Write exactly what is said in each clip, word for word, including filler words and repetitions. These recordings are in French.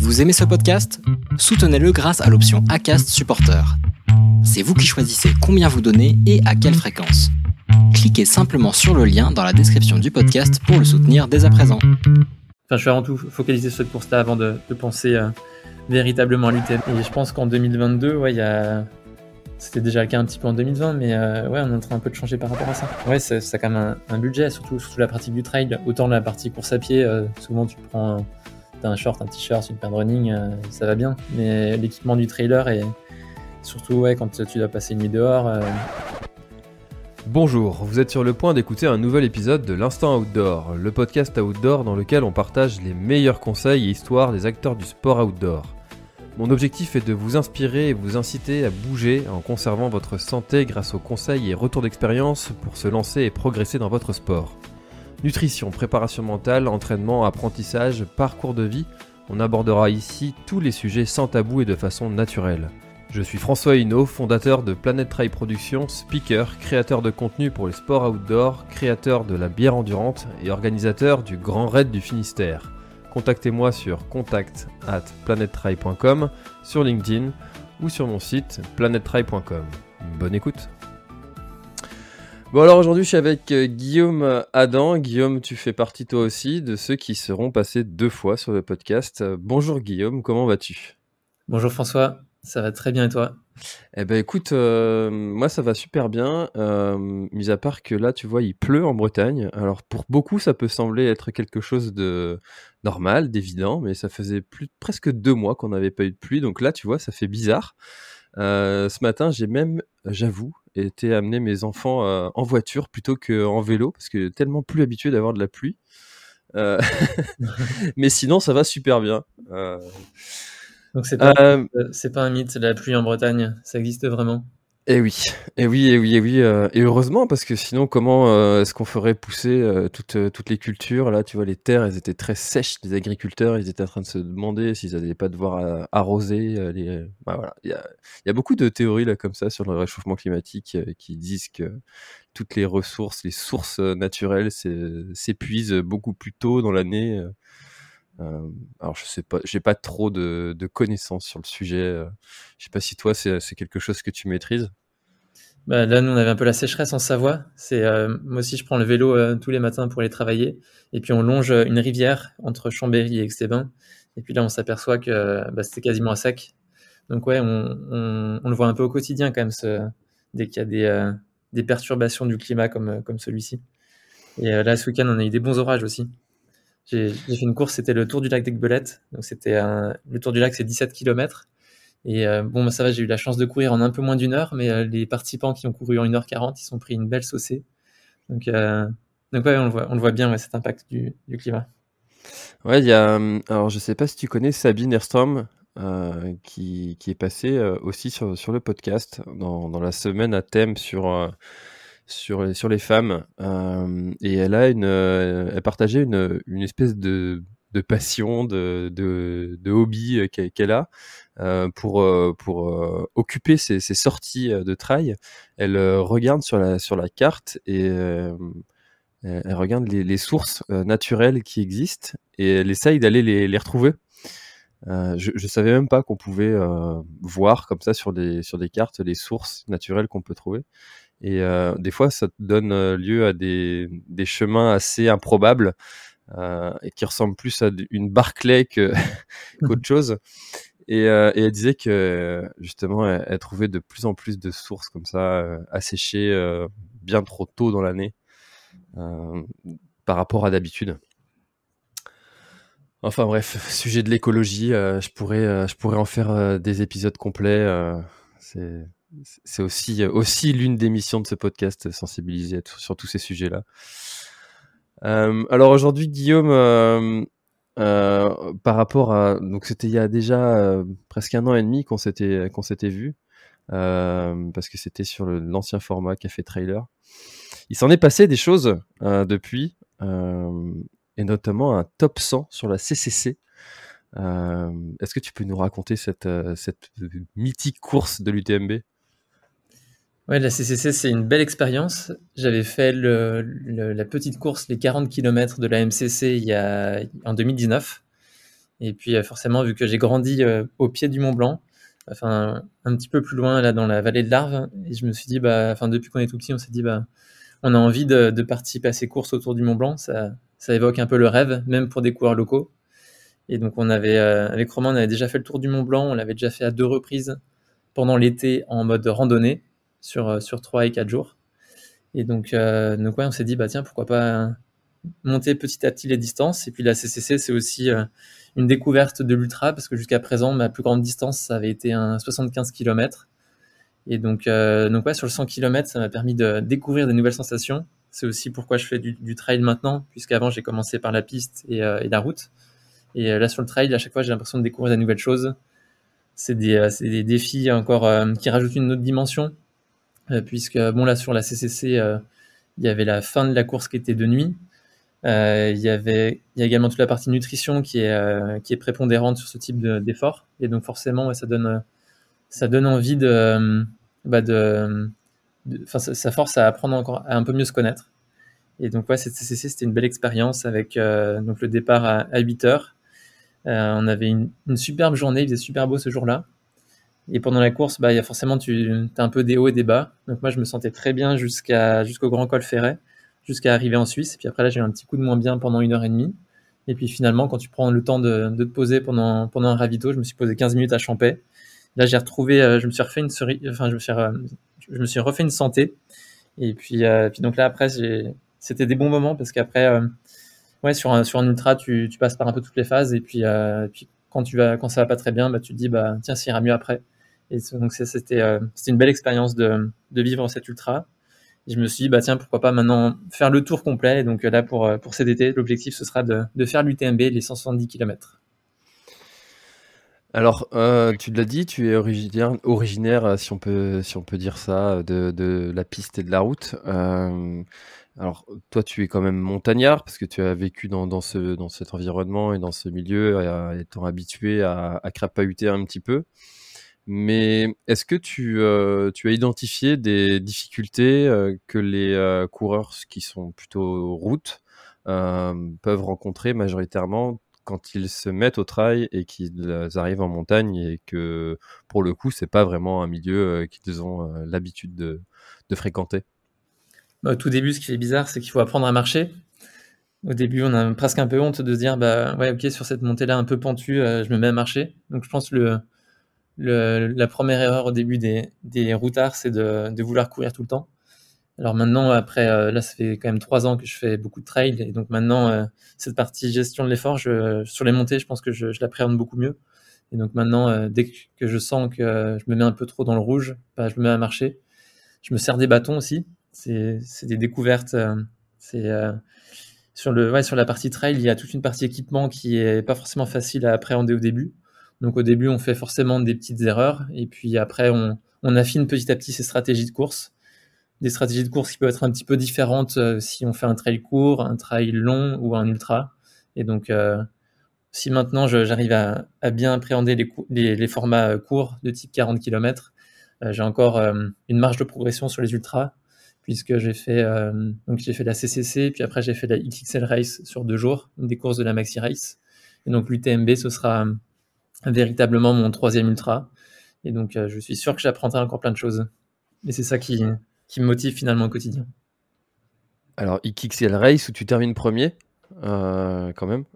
Vous aimez ce podcast ? Soutenez-le grâce à l'option Acast Supporter. C'est vous qui choisissez combien vous donnez et à quelle fréquence. Cliquez simplement sur le lien dans la description du podcast pour le soutenir dès à présent. Enfin, je suis avant tout focalisé sur cette course-là avant de, de penser euh, véritablement à l'U T M B. Et je pense qu'en deux mille vingt-deux, ouais, il y a... c'était déjà le cas un petit peu en deux mille vingt, mais euh, ouais, on est en train un peu de changer par rapport à ça. Ouais, ça, ça a quand même un, un budget, surtout, surtout la pratique du trail. Autant la partie course à pied, euh, souvent tu prends... Euh, t'as un short, un t-shirt, une paire de running, euh, ça va bien. Mais l'équipement du trailer, et surtout ouais, quand tu dois passer une nuit dehors... Euh... Bonjour, vous êtes sur le point d'écouter un nouvel épisode de l'Instant Outdoor, le podcast outdoor dans lequel on partage les meilleurs conseils et histoires des acteurs du sport outdoor. Mon objectif est de vous inspirer et vous inciter à bouger en conservant votre santé grâce aux conseils et retours d'expérience pour se lancer et progresser dans votre sport. Nutrition, préparation mentale, entraînement, apprentissage, parcours de vie, on abordera ici tous les sujets sans tabou et de façon naturelle. Je suis François Hinault, fondateur de Planet Trail Productions, speaker, créateur de contenu pour les sports outdoor, créateur de la bière endurante et organisateur du Grand Raid du Finistère. Contactez-moi sur contact arobase planettrail point com, sur LinkedIn ou sur mon site planettrail point com. Bonne écoute. Bon alors aujourd'hui je suis avec euh, Guillaume Adam. Guillaume, tu fais partie toi aussi de ceux qui seront passés deux fois sur le podcast. Euh, bonjour Guillaume, comment vas-tu ? Bonjour François, ça va très bien et toi ? Eh ben écoute, euh, moi ça va super bien, euh, mis à part que là tu vois il pleut en Bretagne. Alors pour beaucoup ça peut sembler être quelque chose de normal, d'évident, mais ça faisait plus presque deux mois qu'on n'avait pas eu de pluie, donc là tu vois ça fait bizarre. Euh, ce matin j'ai même, j'avoue, été amener mes enfants euh, en voiture plutôt qu'en vélo, parce que tellement plus habitué d'avoir de la pluie. Euh... mais sinon ça va super bien. Euh... Donc c'est pas, euh, c'est pas un mythe, la pluie en Bretagne, ça existe vraiment. Et oui, et oui, et oui, et oui, euh, et heureusement, parce que sinon, comment euh, est-ce qu'on ferait pousser euh, toutes, euh, toutes les cultures ? Là, tu vois, les terres, elles étaient très sèches. Les agriculteurs, ils étaient en train de se demander s'ils n'allaient pas devoir euh, arroser. Euh, les... bah, voilà. Il y a, il y a beaucoup de théories là comme ça sur le réchauffement climatique euh, qui disent que toutes les ressources, les sources naturelles s'épuisent beaucoup plus tôt dans l'année. Euh, Euh, alors je sais pas, j'ai pas trop de, de connaissances sur le sujet. Euh, je sais pas si toi c'est, c'est quelque chose que tu maîtrises. Bah, là nous on avait un peu la sécheresse en Savoie. C'est euh, moi aussi je prends le vélo euh, tous les matins pour aller travailler et puis on longe une rivière entre Chambéry et Aix-les-Bains et puis là on s'aperçoit que bah, c'était quasiment à sec. Donc ouais on, on, on le voit un peu au quotidien quand même ce, dès qu'il y a des, euh, des perturbations du climat comme, comme celui-ci. Et euh, là ce week-end on a eu des bons orages aussi. J'ai, j'ai fait une course, c'était le Tour du lac d'Aiguebelette. Donc c'était un, le Tour du lac, c'est dix-sept kilomètres. Et euh, bon, bah, ça va, j'ai eu la chance de courir en un peu moins d'une heure, mais euh, les participants qui ont couru en une heure quarante, ils sont pris une belle saucée. Donc, euh, donc ouais, on le voit, on le voit bien, ouais, cet impact du, du climat. Ouais, il y a. Alors, je sais pas si tu connais Sabine Erstrom, euh, qui, qui est passée euh, aussi sur, sur le podcast dans, dans la semaine à thème sur. Euh, sur les, sur les femmes, euh, et elle a une, euh, elle partageait une, une espèce de, de passion, de, de, de hobby qu'elle, qu'elle a euh, pour, euh, pour euh, occuper ses, ses sorties de trail. Elle euh, regarde sur la, sur la carte et euh, elle regarde les, les sources euh, naturelles qui existent et elle essaye d'aller les, les retrouver. Euh, je, je savais même pas qu'on pouvait euh, voir comme ça sur des, sur des cartes les sources naturelles qu'on peut trouver. Et euh, des fois, ça te donne euh, lieu à des, des chemins assez improbables euh, et qui ressemblent plus à une Barclay que, qu'autre chose. Et, euh, et elle disait que justement, elle, elle trouvait de plus en plus de sources comme ça euh, asséchées euh, bien trop tôt dans l'année euh, par rapport à d'habitude. Enfin bref, sujet de l'écologie, euh, je pourrais, euh, je pourrais en faire euh, des épisodes complets. Euh, c'est C'est aussi, aussi l'une des missions de ce podcast, sensibiliser sur tous ces sujets-là. Euh, alors aujourd'hui, Guillaume, euh, euh, par rapport à... Donc c'était il y a déjà euh, presque un an et demi qu'on s'était, qu'on s'était vu, euh, parce que c'était sur le, l'ancien format Café Trailer. Il s'en est passé des choses euh, depuis, euh, et notamment un top cent sur la C C C. Euh, est-ce que tu peux nous raconter cette, cette mythique course de l'U T M B ? Ouais, la C C C, c'est une belle expérience. J'avais fait le, le, la petite course, les quarante kilomètres de la M C C il y a, en deux mille dix-neuf. Et puis, euh, forcément, vu que j'ai grandi euh, au pied du Mont Blanc, enfin, un petit peu plus loin, là, dans la vallée de l'Arve, et je me suis dit, bah, enfin, depuis qu'on est tout petit, on s'est dit, bah, on a envie de, de participer à ces courses autour du Mont Blanc. Ça, ça évoque un peu le rêve, même pour des coureurs locaux. Et donc, on avait, euh, avec Romain, on avait déjà fait le tour du Mont Blanc. On l'avait déjà fait à deux reprises pendant l'été en mode randonnée sur, euh, sur trois et quatre jours. Et donc, euh, donc ouais, on s'est dit, bah, tiens, pourquoi pas monter petit à petit les distances. Et puis, la C C C, c'est aussi euh, une découverte de l'ultra, parce que jusqu'à présent, ma plus grande distance, ça avait été un soixante-quinze kilomètres. Et donc, euh, donc ouais, sur le cent kilomètres, ça m'a permis de découvrir des nouvelles sensations. C'est aussi pourquoi je fais du, du trail maintenant, puisqu'avant, j'ai commencé par la piste et, euh, et la route. Et euh, là, sur le trail, à chaque fois, j'ai l'impression de découvrir des nouvelles choses. C'est des, euh, c'est des défis encore euh, qui rajoutent une autre dimension, euh, puisque, bon, là, sur la C C C, euh, il y avait la fin de la course qui était de nuit. Euh, il y avait, il y a également toute la partie nutrition qui est, euh, qui est prépondérante sur ce type de, d'effort. Et donc, forcément, ouais, ça donne, ça donne envie de, euh, bah de, enfin, ça, ça force à apprendre encore à un peu mieux se connaître. Et donc, ouais, cette C C C, c'était une belle expérience avec euh, donc le départ à, à huit heures. Euh, on avait une, une superbe journée, il faisait super beau ce jour-là. Et pendant la course, bah, il y a forcément, tu as un peu des hauts et des bas. Donc, moi, je me sentais très bien jusqu'à, jusqu'au Grand Col Ferret, jusqu'à arriver en Suisse. Et puis après, là, j'ai eu un petit coup de moins bien pendant une heure et demie. Et puis finalement, quand tu prends le temps de, de te poser pendant, pendant un ravito, je me suis posé quinze minutes à Champais. Là, j'ai retrouvé, euh, je me suis refait une cerise, enfin, je me suis, euh, je me suis refait une santé. Et puis, euh, puis donc là, après, j'ai, c'était des bons moments parce qu'après, euh, ouais, sur un, sur un ultra, tu, tu passes par un peu toutes les phases. Et puis, euh, puis quand tu vas, quand ça va pas très bien, bah, tu te dis, bah, tiens, ça ira mieux après. Et donc, c'était, euh, c'était une belle expérience de, de vivre cet ultra. Et je me suis dit, bah, tiens, pourquoi pas maintenant faire le tour complet. Et donc, là, pour, pour cet été, l'objectif, ce sera de, de faire l'U T M B, les cent soixante-dix kilomètres. Alors, euh, tu l'as dit, tu es originaire, originaire, si on peut, si on peut dire ça, de, de la piste et de la route. Euh, alors, toi, tu es quand même montagnard parce que tu as vécu dans, dans, ce, dans cet environnement et dans ce milieu, euh, étant habitué à, à crapahuter un petit peu. Mais est-ce que tu, euh, tu as identifié des difficultés euh, que les euh, coureurs qui sont plutôt route euh, peuvent rencontrer majoritairement quand ils se mettent au trail et qu'ils arrivent en montagne et que pour le coup c'est pas vraiment un milieu euh, qu'ils ont euh, l'habitude de, de fréquenter? Bah, au tout début, ce qui est bizarre, c'est qu'il faut apprendre à marcher. Au début, on a presque un peu honte de se dire, bah ouais, ok, sur cette montée-là un peu pentue, euh, je me mets à marcher. Donc je pense que le, le, la première erreur au début des, des routards, c'est de, de vouloir courir tout le temps. Alors maintenant, après, euh, là, ça fait quand même trois ans que je fais beaucoup de trail, et donc maintenant, euh, cette partie gestion de l'effort, je, sur les montées, je pense que je, je l'appréhende beaucoup mieux. Et donc maintenant, euh, dès que je sens que euh, je me mets un peu trop dans le rouge, bah, je me mets à marcher. Je me sers des bâtons aussi. C'est, c'est des découvertes. Euh, c'est euh, sur le, ouais, sur la partie trail, il y a toute une partie équipement qui est pas forcément facile à appréhender au début. Donc au début, on fait forcément des petites erreurs, et puis après, on, on affine petit à petit ses stratégies de course. Des stratégies de course qui peuvent être un petit peu différentes euh, si on fait un trail court, un trail long ou un ultra. Et donc, euh, si maintenant je, j'arrive à, à bien appréhender les, les, les formats courts de type quarante kilomètres, euh, j'ai encore euh, une marge de progression sur les ultras, puisque j'ai fait, euh, donc j'ai fait la C C C, puis après j'ai fait la X X L Race sur deux jours, une des courses de la Maxi Race. Et donc l'U T M B, ce sera euh, véritablement mon troisième ultra. Et donc, euh, je suis sûr que j'apprendrai encore plein de choses. Et c'est ça qui, qui me motive finalement au quotidien. Alors, X X L Race où tu termines premier, euh, quand même.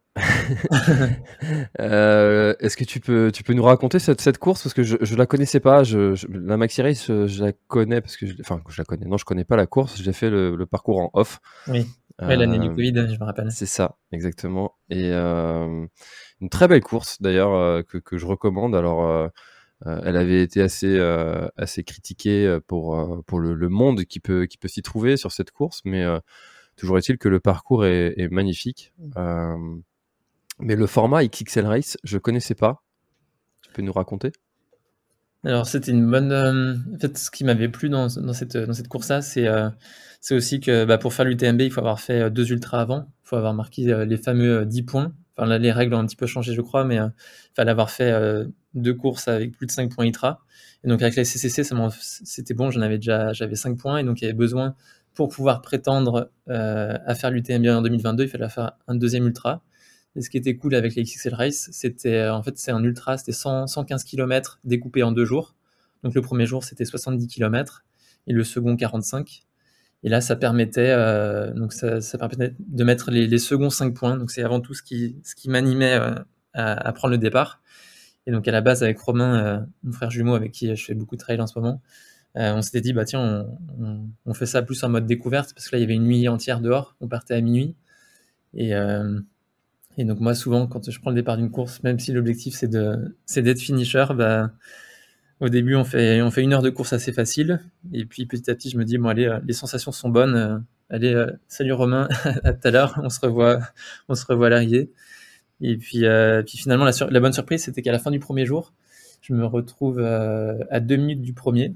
euh, est-ce que tu peux, tu peux nous raconter cette, cette course parce que je, je la connaissais pas. Je, je, la Maxi Race, je, je la connais parce que, je, enfin, je la connais. Non, je connais pas la course. J'ai fait le, le parcours en off. Oui. Ouais, l'année du Euh, Covid, je me rappelle. C'est ça, exactement. Et euh, une très belle course d'ailleurs euh, que, que je recommande. Alors, euh, euh, elle avait été assez, euh, assez critiquée pour, euh, pour le, le monde qui peut, qui peut s'y trouver sur cette course, mais euh, toujours est-il que le parcours est, est magnifique. Euh, mais le format X X L Race, je connaissais pas. Tu peux nous raconter? Alors, c'était une bonne. Euh, en fait, ce qui m'avait plu dans, dans cette, dans cette course-là, c'est euh, c'est aussi que bah, pour faire l'U T M B, il faut avoir fait euh, deux ultras avant. Il faut avoir marqué euh, les fameux euh, dix points. Enfin, là, les règles ont un petit peu changé, je crois, mais euh, il fallait avoir fait euh, deux courses avec plus de cinq points I T R A. Et donc, avec la C C C, ça m'en- c'était bon, j'en avais déjà, j'avais cinq points. Et donc, il y avait besoin, pour pouvoir prétendre euh, à faire l'U T M B en deux mille vingt-deux, il fallait faire un deuxième ultra. Et ce qui était cool avec les X X L Race, c'était en fait c'est un ultra, c'était cent, cent quinze kilomètres découpés en deux jours. Donc le premier jour c'était soixante-dix kilomètres et le second quarante-cinq. Et là ça permettait euh, donc ça, ça permettait de mettre les, les seconds cinq points. Donc c'est avant tout ce qui ce qui m'animait euh, à, à prendre le départ. Et donc à la base avec Romain, euh, mon frère jumeau avec qui je fais beaucoup de trail en ce moment, euh, on s'était dit bah tiens on, on, on fait ça plus en mode découverte parce que là il y avait une nuit entière dehors. On partait à minuit et euh, Et donc moi souvent quand je prends le départ d'une course, même si l'objectif c'est de c'est d'être finisher, bah au début on fait on fait une heure de course assez facile et puis petit à petit je me dis bon allez euh, les sensations sont bonnes, euh, allez euh, salut Romain à tout à l'heure, on se revoit on se revoit à l'arrivée. Et puis euh, puis finalement la, sur, la bonne surprise c'était qu'à la fin du premier jour, je me retrouve euh, à deux minutes du premier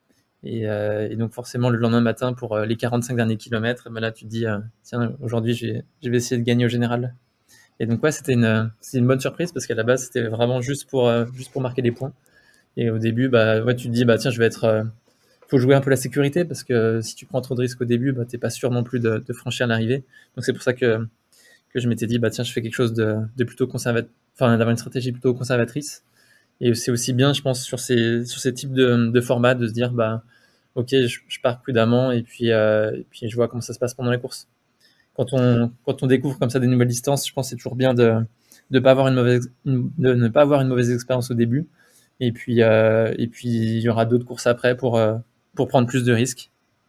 et, euh, et donc forcément le lendemain matin pour euh, les quarante-cinq derniers kilomètres, bah là tu te dis euh, tiens aujourd'hui je vais, je vais essayer de gagner au général. Et donc ouais, c'était une, c'était une bonne surprise parce qu'à la base c'était vraiment juste pour euh, juste pour marquer des points. Et au début, bah ouais, tu te dis bah tiens, je vais être, euh, faut jouer un peu la sécurité parce que si tu prends trop de risques au début, bah t'es pas sûr non plus de, de franchir l'arrivée. Donc c'est pour ça que que je m'étais dit bah tiens, je fais quelque chose de, de plutôt conservateur, enfin d'avoir une stratégie plutôt conservatrice. Et c'est aussi bien, je pense, sur ces sur ces types de, de formats de se dire bah ok, je, je pars prudemment et puis euh, et puis je vois comment ça se passe pendant les courses. Quand on, quand on découvre comme ça des nouvelles distances, je pense que c'est toujours bien de de pas avoir une mauvaise une, de ne pas avoir une mauvaise expérience au début. Et puis euh, et puis il y aura d'autres courses après pour euh, pour prendre plus de risques.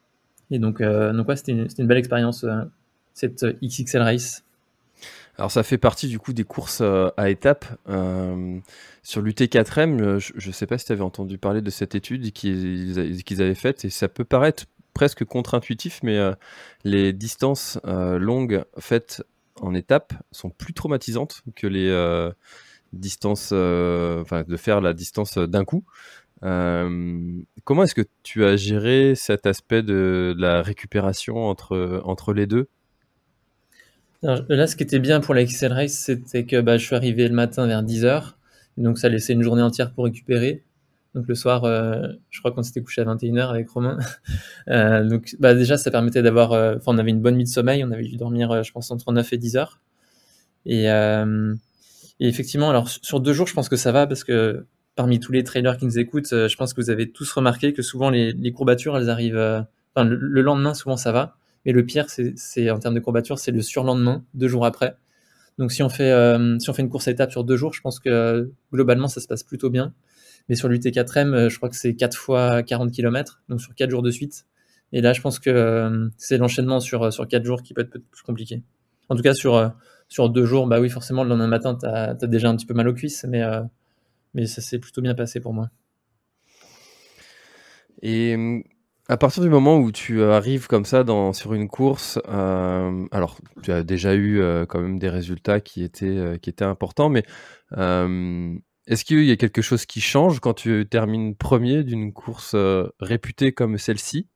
Et donc euh, donc ouais, c'était une, c'était une belle expérience euh, cette X X L Race. Alors ça fait partie du coup des courses euh, à étapes. Euh, sur l'U T quatre M, je ne sais pas si tu avais entendu parler de cette étude qu'ils, qu'ils avaient faite, et ça peut paraître presque contre-intuitif, mais euh, les distances euh, longues faites en étapes sont plus traumatisantes que les euh, distances, euh, enfin de faire la distance d'un coup. Euh, comment est-ce que tu as géré cet aspect de, de la récupération entre, entre les deux? Alors, là, ce qui était bien pour la X L Race, c'était que bah, je suis arrivé le matin vers dix heures, donc ça laissait une journée entière pour récupérer. Donc le soir, euh, je crois qu'on s'était couché à vingt et une heures avec Romain. Euh, donc bah, déjà, ça permettait d'avoir... Enfin, euh, on avait une bonne nuit de sommeil, on avait dû dormir, euh, je pense, entre neuf et dix heures. Et, euh, et effectivement, alors sur deux jours, je pense que ça va, parce que parmi tous les trailers qui nous écoutent, euh, je pense que vous avez tous remarqué que souvent les, les courbatures, elles arrivent... Euh, enfin, le, le lendemain, souvent, ça va. Mais le pire, c'est, c'est en termes de courbature, c'est le surlendemain, deux jours après. Donc si on fait euh, si on fait une course à étapes sur deux jours, je pense que euh, globalement ça se passe plutôt bien. Mais sur l'U T quatre M, euh, je crois que c'est quatre fois quarante kilomètres, donc sur quatre jours de suite. Et là, je pense que euh, c'est l'enchaînement sur sur quatre jours qui peut être peut-être plus compliqué. En tout cas, sur euh, sur deux jours, bah oui, forcément, le lendemain matin, t'as t'as déjà un petit peu mal aux cuisses, mais euh, mais ça s'est plutôt bien passé pour moi. Et à partir du moment où tu arrives comme ça dans, sur une course, euh, alors tu as déjà eu euh, quand même des résultats qui étaient, euh, qui étaient importants, mais euh, est-ce qu'il y a quelque chose qui change quand tu termines premier d'une course euh, réputée comme celle-ci?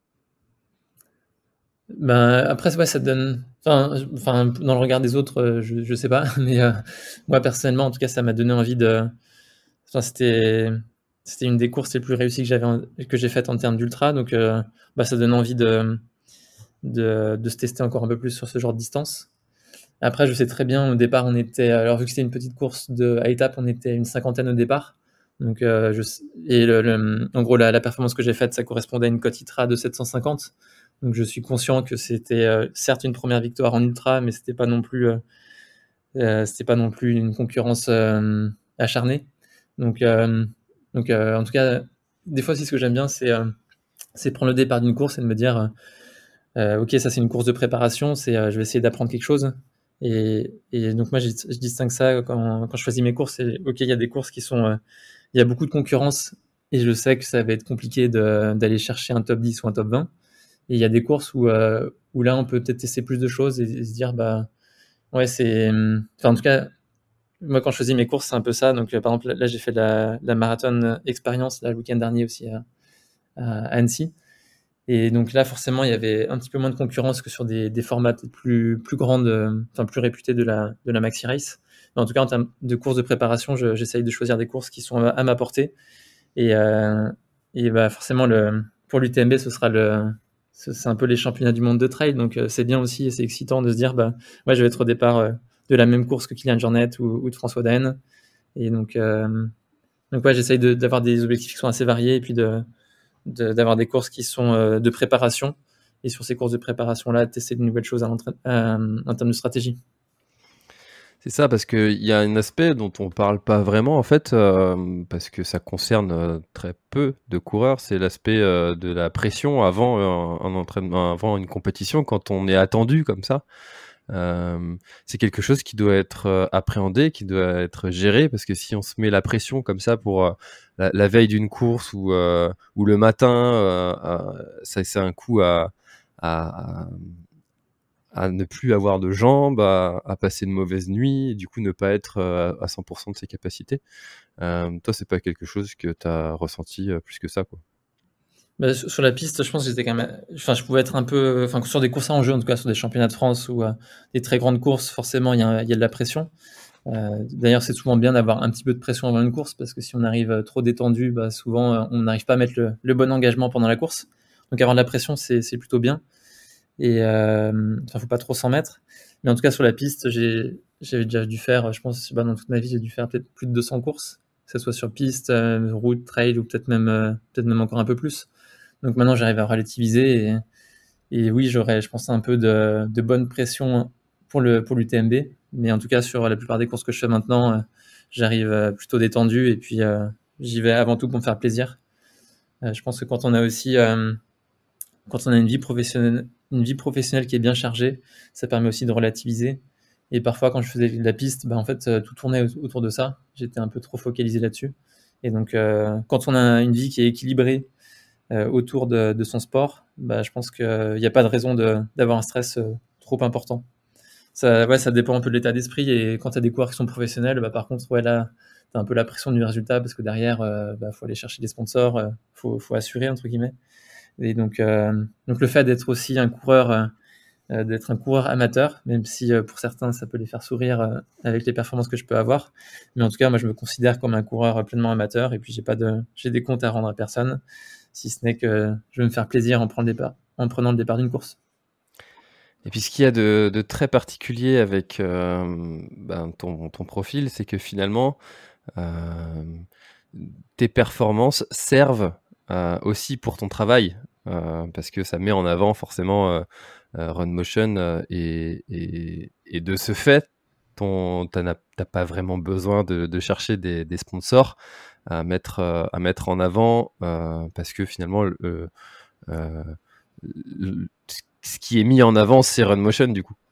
Ben après, ouais, ça te donne. Enfin, enfin, dans le regard des autres, euh, je je sais pas, mais euh, moi personnellement, en tout cas, ça m'a donné envie de. Enfin, c'était c'était une des courses les plus réussies que j'avais en- que j'ai faites en termes d'ultra, donc euh, bah, ça donne envie de, de de se tester encore un peu plus sur ce genre de distance. Après, je sais très bien, au départ, on était, alors vu que c'était une petite course de à étapes, on était une cinquantaine au départ. Donc, euh, je, sais- et le, le- en gros, la, la performance que j'ai faite, ça correspondait à une cote ITRA de sept cent cinquante. Donc, je suis conscient que c'était euh, certes une première victoire en ultra, mais c'était pas non plus, euh, euh, c'était pas non plus une concurrence euh, acharnée. Donc, euh, donc euh, en tout cas, des fois aussi, ce que j'aime bien, c'est euh, c'est prendre le départ d'une course et de me dire, euh, ok, ça c'est une course de préparation, c'est euh, je vais essayer d'apprendre quelque chose. Et, et donc moi, je, je distingue ça quand, quand je choisis mes courses. Et, ok, il y a des courses qui sont, euh, il y a beaucoup de concurrence et je sais que ça va être compliqué de, d'aller chercher un top dix ou un top vingt. Et il y a des courses où, euh, où là, on peut peut-être tester plus de choses et, et se dire, bah, ouais, c'est, enfin, en tout cas, moi, quand je choisis mes courses, c'est un peu ça. Donc, euh, par exemple, là, j'ai fait la, la marathon expérience là, le week-end dernier aussi à, à Annecy. Et donc là, forcément, il y avait un petit peu moins de concurrence que sur des, des formats plus, plus grandes, euh, enfin plus réputés de la, de la Maxi Race. Mais en tout cas, en termes de courses de préparation, je, j'essaye de choisir des courses qui sont à, à ma portée. Et, euh, et bah forcément, le, pour l'U T M B, ce sera le, c'est un peu les championnats du monde de trail. Donc euh, c'est bien aussi et c'est excitant de se dire, bah, ouais, je vais être au départ, euh, de la même course que Kylian Jornet ou, ou de François Daen. Et donc, euh, donc ouais, j'essaye de, d'avoir des objectifs qui sont assez variés et puis de, de, d'avoir des courses qui sont euh, de préparation. Et sur ces courses de préparation-là, tester de nouvelles choses à euh, en termes de stratégie. C'est ça, parce qu'il y a un aspect dont on parle pas vraiment, en fait, euh, parce que ça concerne euh, très peu de coureurs, c'est l'aspect euh, de la pression avant un, un entraînement, avant une compétition, quand on est attendu comme ça. Euh, c'est quelque chose qui doit être euh, appréhendé, qui doit être géré, parce que si on se met la pression comme ça pour euh, la, la veille d'une course ou, euh, ou le matin, euh, euh, ça c'est un coup à, à, à ne plus avoir de jambes, à, à passer de mauvaises nuits, et du coup ne pas être euh, à cent pour cent de ses capacités. Euh, toi, c'est pas quelque chose que tu as ressenti euh, plus que ça, quoi. Bah, sur la piste, je pense que j'étais quand même, enfin, je pouvais être un peu, enfin, sur des courses à enjeu, en tout cas, sur des championnats de France ou euh, des très grandes courses, forcément, il y a, il y a de la pression. Euh, d'ailleurs, c'est souvent bien d'avoir un petit peu de pression avant une course parce que si on arrive trop détendu, bah, souvent, euh, on n'arrive pas à mettre le, le bon engagement pendant la course. Donc, avoir de la pression, c'est, c'est plutôt bien. Et, euh, enfin, faut pas trop s'en mettre. Mais en tout cas, sur la piste, j'ai, j'avais déjà dû faire, je pense, bah, dans toute ma vie, j'ai dû faire peut-être plus de deux cents courses, que ce soit sur piste, euh, route, trail ou peut-être même, euh, peut-être même encore un peu plus. Donc maintenant, j'arrive à relativiser et, et oui, j'aurais, je pense, un peu de, de bonne pression pour le pour l'U T M B. Mais en tout cas, sur la plupart des courses que je fais maintenant, euh, j'arrive euh, plutôt détendu et puis euh, j'y vais avant tout pour me faire plaisir. Euh, je pense que quand on a aussi, euh, quand on a une vie professionnelle, une vie professionnelle qui est bien chargée, ça permet aussi de relativiser. Et parfois, quand je faisais de la piste, bah, en fait, euh, tout tournait autour de ça. J'étais un peu trop focalisé là-dessus. Et donc, euh, quand on a une vie qui est équilibrée, Euh, autour de, de son sport, bah, je pense qu'il n'y a pas de raison de, d'avoir un stress euh, trop important. Ça, ouais, ça dépend un peu de l'état d'esprit et quand tu as des coureurs qui sont professionnels, bah, par contre, ouais, là, tu as un peu la pression du résultat parce que derrière, euh, bah, faut aller chercher des sponsors, euh, faut, faut assurer, entre guillemets. Et donc, euh, donc le fait d'être aussi un coureur, euh, d'être un coureur amateur, même si euh, pour certains, ça peut les faire sourire euh, avec les performances que je peux avoir. Mais en tout cas, moi, je me considère comme un coureur pleinement amateur et puis j'ai pas de, j'ai des comptes à rendre à personne, si ce n'est que je vais me faire plaisir en prenant le départ, en prenant le départ d'une course. Et puis ce qu'il y a de, de très particulier avec euh, ben, ton, ton profil, c'est que finalement, euh, tes performances servent euh, aussi pour ton travail, euh, parce que ça met en avant forcément euh, euh, Run Motion euh, et, et, et de ce fait, ton, t'as, t'as pas vraiment besoin de, de chercher des, des sponsors à mettre, euh, à mettre en avant, euh, parce que finalement, euh, euh, le, ce qui est mis en avant, c'est Run Motion du coup.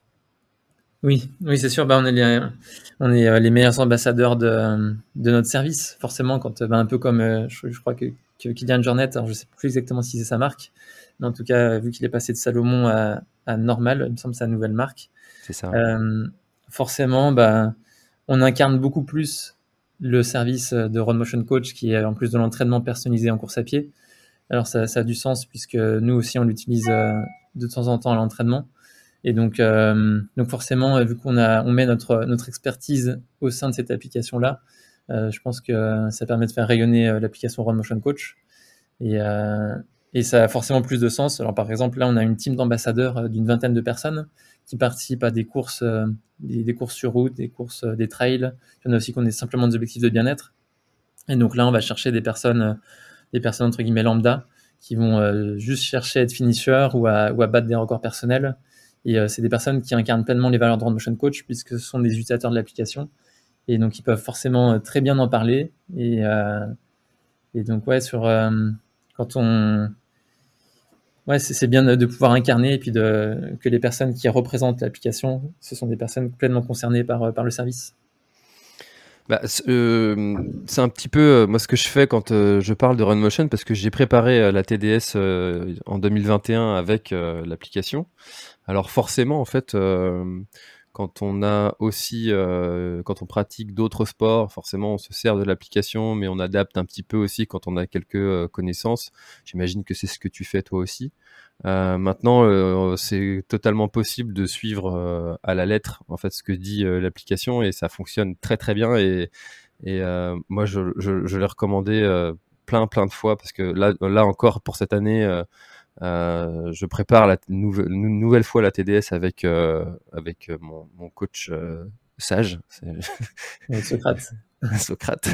Oui, oui, c'est sûr. Bah, on est les, on est les meilleurs ambassadeurs de, de notre service, forcément. Quand, bah, un peu comme, euh, je, je crois que, que Kylian Jornet, alors je sais plus exactement si c'est sa marque, mais en tout cas, vu qu'il est passé de Salomon à, à Normal, il me semble que c'est sa nouvelle marque. C'est ça. Euh, forcément, bah, on incarne beaucoup plus le service de Run Motion Coach, qui est en plus de l'entraînement personnalisé en course à pied. Alors ça, ça a du sens puisque nous aussi on l'utilise euh, de temps en temps à l'entraînement. Et donc, euh, donc forcément, vu qu'on a, on met notre notre expertise au sein de cette application-là, euh, je pense que ça permet de faire rayonner euh, l'application Run Motion Coach. Et, euh, et ça a forcément plus de sens. Alors par exemple, là, on a une team d'ambassadeurs euh, d'une vingtaine de personnes qui participent à des courses, euh, des, des courses sur route, des courses, euh, des trails. Il y en a aussi qui ont des, simplement des objectifs de bien-être. Et donc là, on va chercher des personnes, euh, des personnes entre guillemets lambda, qui vont euh, juste chercher à être finisher ou à, ou à battre des records personnels. Et euh, c'est des personnes qui incarnent pleinement les valeurs de Run Motion Coach puisque ce sont des utilisateurs de l'application. Et donc, ils peuvent forcément euh, très bien en parler. Et, euh, et donc, ouais, sur, euh, quand on... Ouais, c'est, c'est bien de, de pouvoir incarner et puis de, que les personnes qui représentent l'application, ce sont des personnes pleinement concernées par, par le service. Bah, c'est, euh, c'est un petit peu euh, moi ce que je fais quand euh, je parle de Run Motion, parce que j'ai préparé euh, la T D S euh, en deux mille vingt et un avec euh, l'application. Alors forcément, en fait, euh, quand on a aussi, euh, quand on pratique d'autres sports, forcément, on se sert de l'application, mais on adapte un petit peu aussi quand on a quelques euh, connaissances. J'imagine que c'est ce que tu fais toi aussi. Euh, maintenant, euh, c'est totalement possible de suivre euh, à la lettre en fait ce que dit euh, l'application, et ça fonctionne très très bien. Et, et euh, moi, je, je, je l'ai recommandé euh, plein plein de fois, parce que là, là encore pour cette année. Euh, Euh, je prépare la nouve- une nouvelle fois la T D S avec euh, avec mon, mon coach euh, sage. C'est... Socrate. Socrate.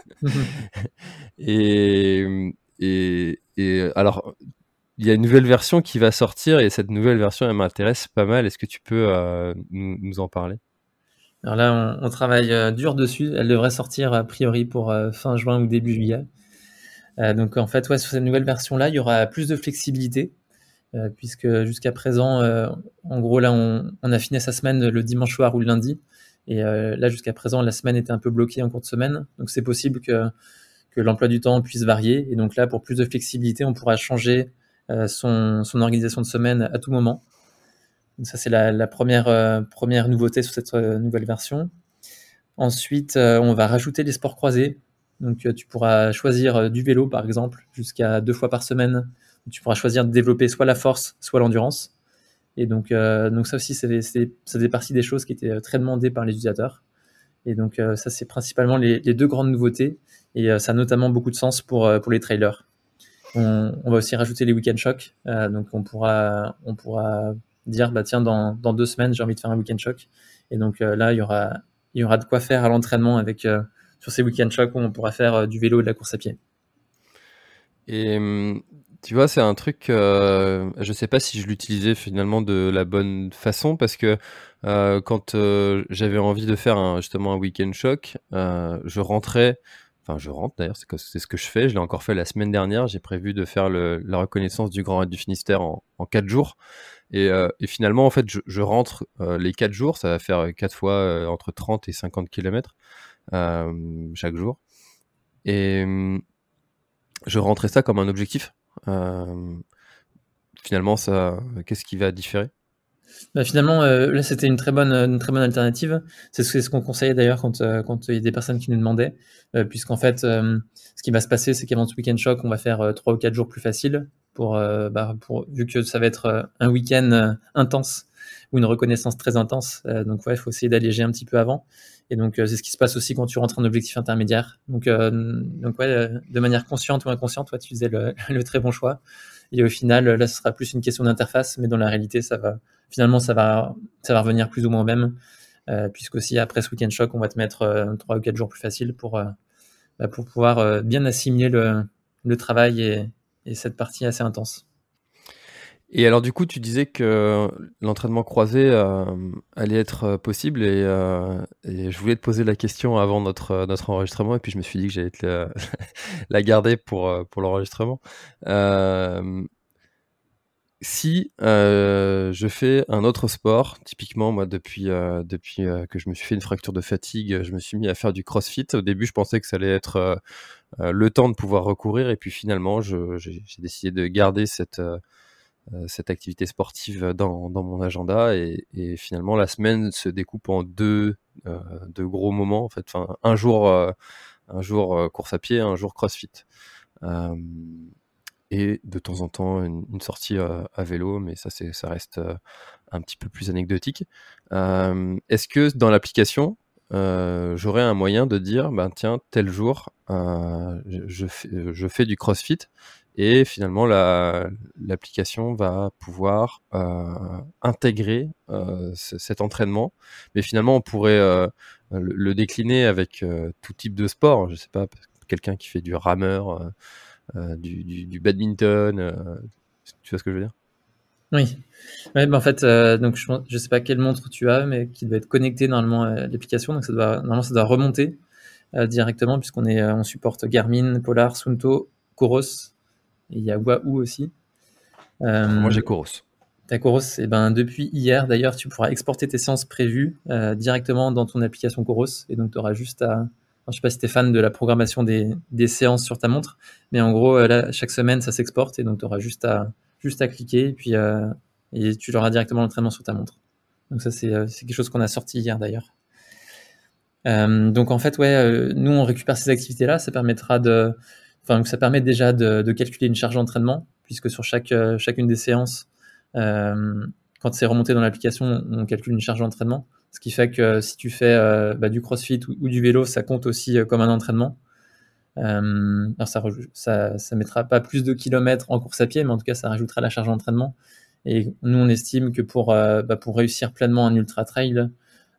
et, et, et alors, il y a une nouvelle version qui va sortir et cette nouvelle version, elle m'intéresse pas mal. Est-ce que tu peux euh, nous, nous en parler ? Alors là, on, on travaille euh, dur dessus. Elle devrait sortir a priori pour euh, fin juin ou début juillet. Euh, donc en fait, ouais, sur cette nouvelle version-là, il y aura plus de flexibilité. Euh, puisque jusqu'à présent, euh, en gros, là, on, on affinait sa semaine le dimanche soir ou le lundi. Et euh, là, jusqu'à présent, la semaine était un peu bloquée en cours de semaine. Donc, c'est possible que, que l'emploi du temps puisse varier. Et donc là, pour plus de flexibilité, on pourra changer euh, son, son organisation de semaine à tout moment. Donc ça, c'est la, la première, euh, première nouveauté sur cette euh, nouvelle version. Ensuite, euh, on va rajouter les sports croisés. Donc, euh, tu pourras choisir euh, du vélo, par exemple, jusqu'à deux fois par semaine. Tu pourras choisir de développer soit la force, soit l'endurance. Et donc, euh, donc ça aussi, c'est, c'est, ça faisait partie des choses qui étaient très demandées par les utilisateurs. Et donc, euh, ça, c'est principalement les, les deux grandes nouveautés. Et euh, ça a notamment beaucoup de sens pour, euh, pour les trailers. On, on va aussi rajouter les week-end shocks. Euh, donc, on pourra, on pourra dire, bah, tiens, dans, dans deux semaines, j'ai envie de faire un week-end shock. Et donc euh, là, il y aura, il y aura de quoi faire à l'entraînement avec, euh, sur ces week-end shocks où on pourra faire euh, du vélo et de la course à pied. Et tu vois, c'est un truc, euh, je sais pas si je l'utilisais finalement de la bonne façon parce que euh, quand euh, j'avais envie de faire un, justement un week-end shock, euh, je rentrais, enfin je rentre d'ailleurs, c'est, que, c'est ce que je fais, je l'ai encore fait la semaine dernière, j'ai prévu de faire le, la reconnaissance du Grand Raid du Finistère en, en quatre jours. Et, euh, et finalement, en fait, je, je rentre euh, les quatre jours, ça va faire quatre fois euh, entre trente et cinquante kilomètres euh, chaque jour. Et je rentrais ça comme un objectif. Euh, finalement, ça, qu'est-ce qui va différer ? Bah finalement, euh, là, c'était une très bonne, une très bonne alternative. C'est ce, c'est ce qu'on conseillait d'ailleurs quand, euh, quand il y a des personnes qui nous demandaient, euh, puisqu'en fait, euh, ce qui va se passer, c'est qu'avant ce week-end choc, on va faire euh, trois ou quatre jours plus faciles pour, euh, bah, pour, vu que ça va être euh, un week-end euh, intense ou une reconnaissance très intense. Euh, donc ouais, il faut essayer d'alléger un petit peu avant. Et donc euh, c'est ce qui se passe aussi quand tu rentres en objectif intermédiaire. Donc, euh, donc ouais, euh, de manière consciente ou inconsciente, toi, tu faisais le, le très bon choix. Et au final, là, ce sera plus une question d'interface, mais dans la réalité, ça va, finalement, ça va, ça va revenir plus ou moins au même, euh, puisque aussi après ce week-end choc, on va te mettre euh, trois ou quatre jours plus faciles pour, euh, bah, pour pouvoir euh, bien assimiler le, le travail et, et cette partie assez intense. Et alors du coup, tu disais que l'entraînement croisé euh, allait être possible et, euh, et je voulais te poser la question avant notre, notre enregistrement et puis je me suis dit que j'allais te la, la garder pour, pour l'enregistrement. Euh, si euh, je fais un autre sport, typiquement moi depuis, euh, depuis euh, que je me suis fait une fracture de fatigue, je me suis mis à faire du crossfit. Au début, je pensais que ça allait être euh, le temps de pouvoir recourir et puis finalement, je, j'ai, j'ai décidé de garder cette... Euh, cette activité sportive dans, dans mon agenda et, et finalement la semaine se découpe en deux, euh, deux gros moments en fait. Enfin, un jour, euh, un jour euh, course à pied, un jour crossfit euh, et de temps en temps une, une sortie euh, à vélo, mais ça c'est ça reste euh, un petit peu plus anecdotique. Euh, est-ce que dans l'application euh, j'aurais un moyen de dire ben tiens tel jour euh, je, je, fais, je fais du crossfit et finalement la, l'application va pouvoir euh, intégrer euh, c- cet entraînement, mais finalement on pourrait euh, le, le décliner avec euh, tout type de sport. Je sais pas, quelqu'un qui fait du rameur, euh, euh, du, du, du badminton, euh, tu vois ce que je veux dire ? Oui. Ouais, bah en fait, euh, donc je, je sais pas quelle montre tu as, mais qui doit être connectée normalement à l'application. Donc ça doit, normalement, ça doit remonter euh, directement puisqu'on est, euh, on supporte Garmin, Polar, Suunto, Coros. Et il y a Wahoo aussi. Euh, moi j'ai Coros. Ta Coros, et ben depuis hier d'ailleurs, tu pourras exporter tes séances prévues euh, directement dans ton application Coros. Et donc tu auras juste à. Alors, je sais pas si tu es fan de la programmation des, des séances sur ta montre, mais en gros, là, chaque semaine, ça s'exporte et donc tu auras juste à, juste à cliquer et puis euh, et tu auras directement l'entraînement sur ta montre. Donc ça, c'est, euh, c'est quelque chose qu'on a sorti hier d'ailleurs. Euh, donc en fait, ouais, euh, nous on récupère ces activités-là, ça permettra de, enfin, ça permet déjà de, de calculer une charge d'entraînement, puisque sur chaque euh, chacune des séances, euh, quand c'est remonté dans l'application, on calcule une charge d'entraînement, ce qui fait que si tu fais euh, bah, du CrossFit ou, ou du vélo, ça compte aussi euh, comme un entraînement. Euh, alors ça, ça, ça mettra pas plus de kilomètres en course à pied, mais en tout cas, ça rajoutera la charge d'entraînement. Et nous, on estime que pour, euh, bah, pour réussir pleinement un ultra trail,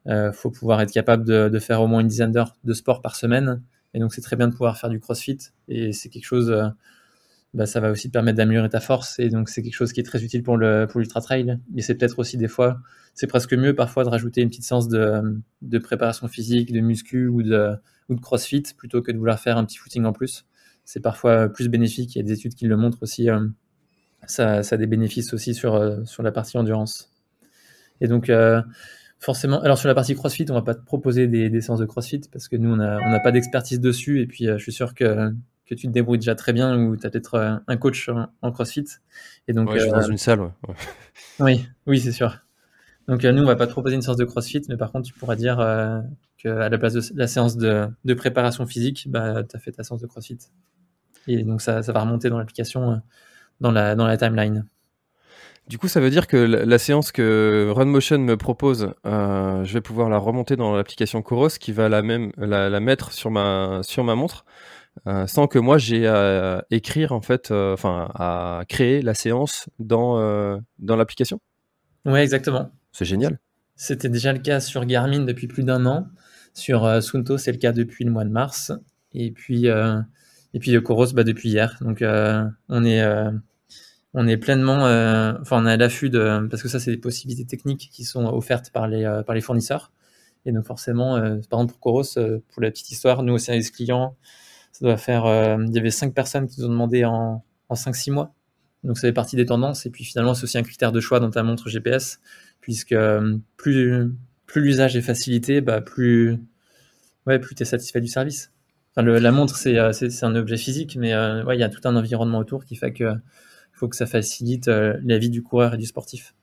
euh, faut pouvoir être capable de, de faire au moins une dizaine d'heures de sport par semaine. Et donc, c'est très bien de pouvoir faire du CrossFit. Et c'est quelque chose, euh, bah, ça va aussi te permettre d'améliorer ta force. Et donc, c'est quelque chose qui est très utile pour le, pour l'ultra trail. Mais c'est peut-être aussi des fois, c'est presque mieux parfois de rajouter une petite séance de, de préparation physique, de muscu ou de, ou de CrossFit plutôt que de vouloir faire un petit footing en plus. C'est parfois plus bénéfique. Il y a des études qui le montrent aussi. Euh, ça, ça a des bénéfices aussi sur, euh, sur la partie endurance. Et donc, euh, forcément, alors sur la partie CrossFit, on va pas te proposer des, des séances de CrossFit parce que nous, on n'a on a pas d'expertise dessus. Et puis, euh, je suis sûr que, que tu te débrouilles déjà très bien ou tu as peut-être euh, un coach en, en CrossFit. Et donc, Ouais, je vais euh, dans une salle. Ouais. Ouais. oui, oui, c'est sûr. Donc, euh, nous, on va pas te proposer une séance de CrossFit, mais par contre, tu pourras dire euh, qu'à la place de la séance de, de préparation physique, bah, tu as fait ta séance de CrossFit. Et donc, ça, ça va remonter dans l'application, euh, dans, la, dans la timeline. Du coup, ça veut dire que la, la séance que RunMotion me propose, euh, je vais pouvoir la remonter dans l'application Coros qui va la même la, la mettre sur ma sur ma montre, euh, sans que moi j'ai à écrire en fait, euh, enfin à créer la séance dans euh, dans l'application. Ouais, exactement. C'est génial. C'était déjà le cas sur Garmin depuis plus d'un an. Sur euh, Suunto, c'est le cas depuis le mois de mars. Et puis, euh, et puis le Coros, bah, depuis hier. Donc, euh, on est, euh, on est pleinement, euh, enfin, on est à l'affût de, parce que ça, c'est des possibilités techniques qui sont offertes par les, euh, par les fournisseurs. Et donc, forcément, euh, par exemple, pour Coros, euh, pour la petite histoire, nous, au service client, ça doit faire, euh, il y avait cinq personnes qui nous ont demandé en, en cinq six mois. Donc, ça fait partie des tendances. Et puis, finalement, c'est aussi un critère de choix dans ta montre G P S, puisque euh, plus, plus l'usage est facilité, bah, plus, ouais, plus tu es satisfait du service. Enfin, le, la montre, c'est, euh, c'est, c'est un objet physique, mais euh, ouais, il y a tout un environnement autour qui fait que faut que ça facilite euh, la vie du coureur et du sportif.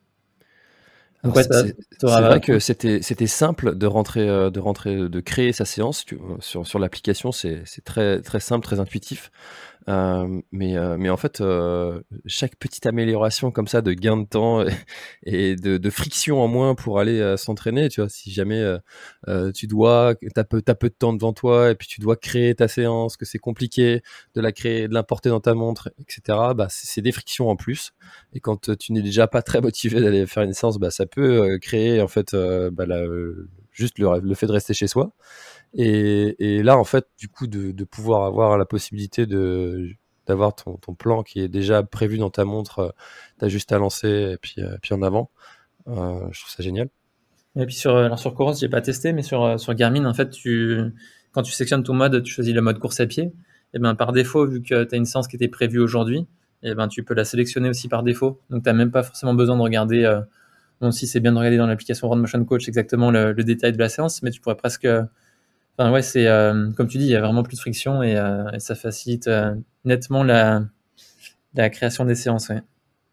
Donc, Alors ouais, c'est t'as- c'est- c'est t'auras- vrai que c'était c'était simple de rentrer euh, de rentrer de créer sa séance tu- sur sur l'application, c'est c'est très très simple, très intuitif. Euh, mais, euh, mais en fait, euh, chaque petite amélioration comme ça de gain de temps et de, de friction en moins pour aller euh, s'entraîner, tu vois, si jamais euh, euh, tu dois, t'as peu, t'as peu de temps devant toi et puis tu dois créer ta séance, que c'est compliqué de la créer, de l'importer dans ta montre, et cetera. Bah, c'est, c'est des frictions en plus. Et quand tu n'es déjà pas très motivé d'aller faire une séance, bah, ça peut euh, créer en fait euh, bah, la, euh, juste le, le fait de rester chez soi. Et, et là, en fait, du coup, de, de pouvoir avoir la possibilité de d'avoir ton, ton plan qui est déjà prévu dans ta montre, euh, t'as juste à lancer et puis, euh, puis en avant. Euh, je trouve ça génial. Et puis sur, alors sur Coros, j'ai pas testé, mais sur, euh, sur Garmin, en fait, tu, quand tu sélectionnes ton mode, tu choisis le mode course à pied. Et ben, par défaut, vu que tu as une séance qui était prévue aujourd'hui, et ben, tu peux la sélectionner aussi par défaut. Donc, tu n'as même pas forcément besoin de regarder, euh, bon, si c'est bien de regarder dans l'application Run Motion Coach exactement le, le détail de la séance, mais tu pourrais presque, enfin, ouais, c'est, euh, comme tu dis, il y a vraiment plus de friction et, euh, et ça facilite euh, nettement la, la création des séances, ouais.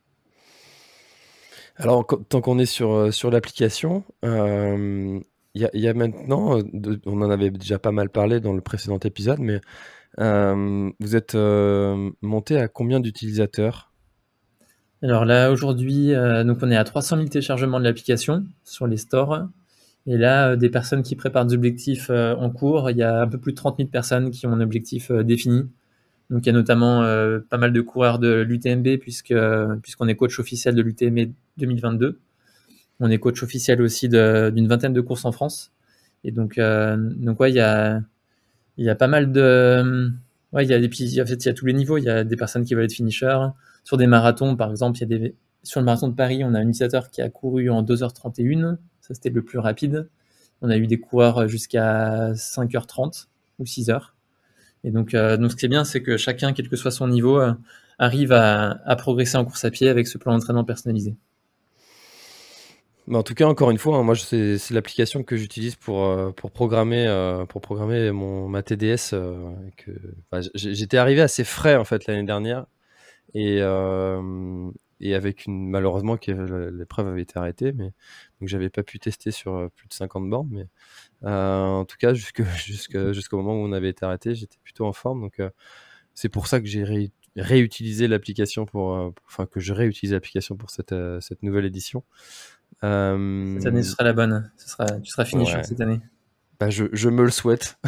Alors, quand- tant qu'on est sur, euh, sur l'application, euh, il y, a, il y a maintenant, euh, de- on en avait déjà pas mal parlé dans le précédent épisode, mais euh, vous êtes euh, monté à combien d'utilisateurs? Alors là, aujourd'hui, euh, donc on est à trois cent mille téléchargements de l'application sur les stores. Et là, euh, des personnes qui préparent des objectifs euh, en cours, il y a un peu plus de trente mille personnes qui ont un objectif euh, défini. Donc il y a notamment euh, pas mal de coureurs de l'U T M B puisque, puisqu'on est coach officiel de l'U T M B deux mille vingt-deux. On est coach officiel aussi de, d'une vingtaine de courses en France. Et donc, euh, donc ouais, il y a, il y a pas mal de... Ouais, il y a des petits, en fait, il y a tous les niveaux. Il y a des personnes qui veulent être finishers. Sur des marathons, par exemple, il y a des, sur le marathon de Paris, on a un utilisateur qui a couru en deux heures trente et une. Ça, c'était le plus rapide. On a eu des coureurs jusqu'à cinq heures trente ou six heures. Et donc, euh, donc ce qui est bien, c'est que chacun, quel que soit son niveau, euh, arrive à, à progresser en course à pied avec ce plan d'entraînement personnalisé. Mais en tout cas, encore une fois, hein, moi, je- c'est, c'est l'application que j'utilise pour, euh, pour programmer, euh, pour programmer mon, ma T D S. Euh, que, enfin, j'ai- j'étais arrivé assez frais en fait l'année dernière et, euh, et avec une malheureusement que l'épreuve avait été arrêtée, mais donc j'avais pas pu tester sur euh, plus de cinquante bornes. Mais euh, en tout cas, jusque, jusque, jusqu'au moment où on avait été arrêté, j'étais plutôt en forme. Donc euh, c'est pour ça que j'ai ré- réutilisé l'application pour, euh, pour- enfin que je réutilise l'application pour cette, euh, cette nouvelle édition. Cette année, ce Euh, sera la bonne. Ce sera, tu seras finisher ouais, cette année. bah je, je me le souhaite.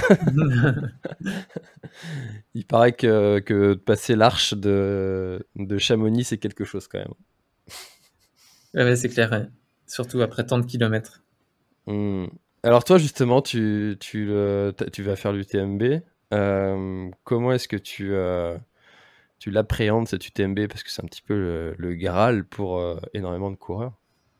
Il paraît que, que de passer l'arche de, de Chamonix, c'est quelque chose quand même. Ouais, ouais, c'est clair. Ouais. Surtout après tant de kilomètres. Hmm. Alors toi, justement, tu, tu, le- t'as- tu vas faire l'U T M B. Euh, comment est-ce que tu, euh, tu l'appréhendes, cet U T M B? Parce que c'est un petit peu le, le Graal pour euh, énormément de coureurs.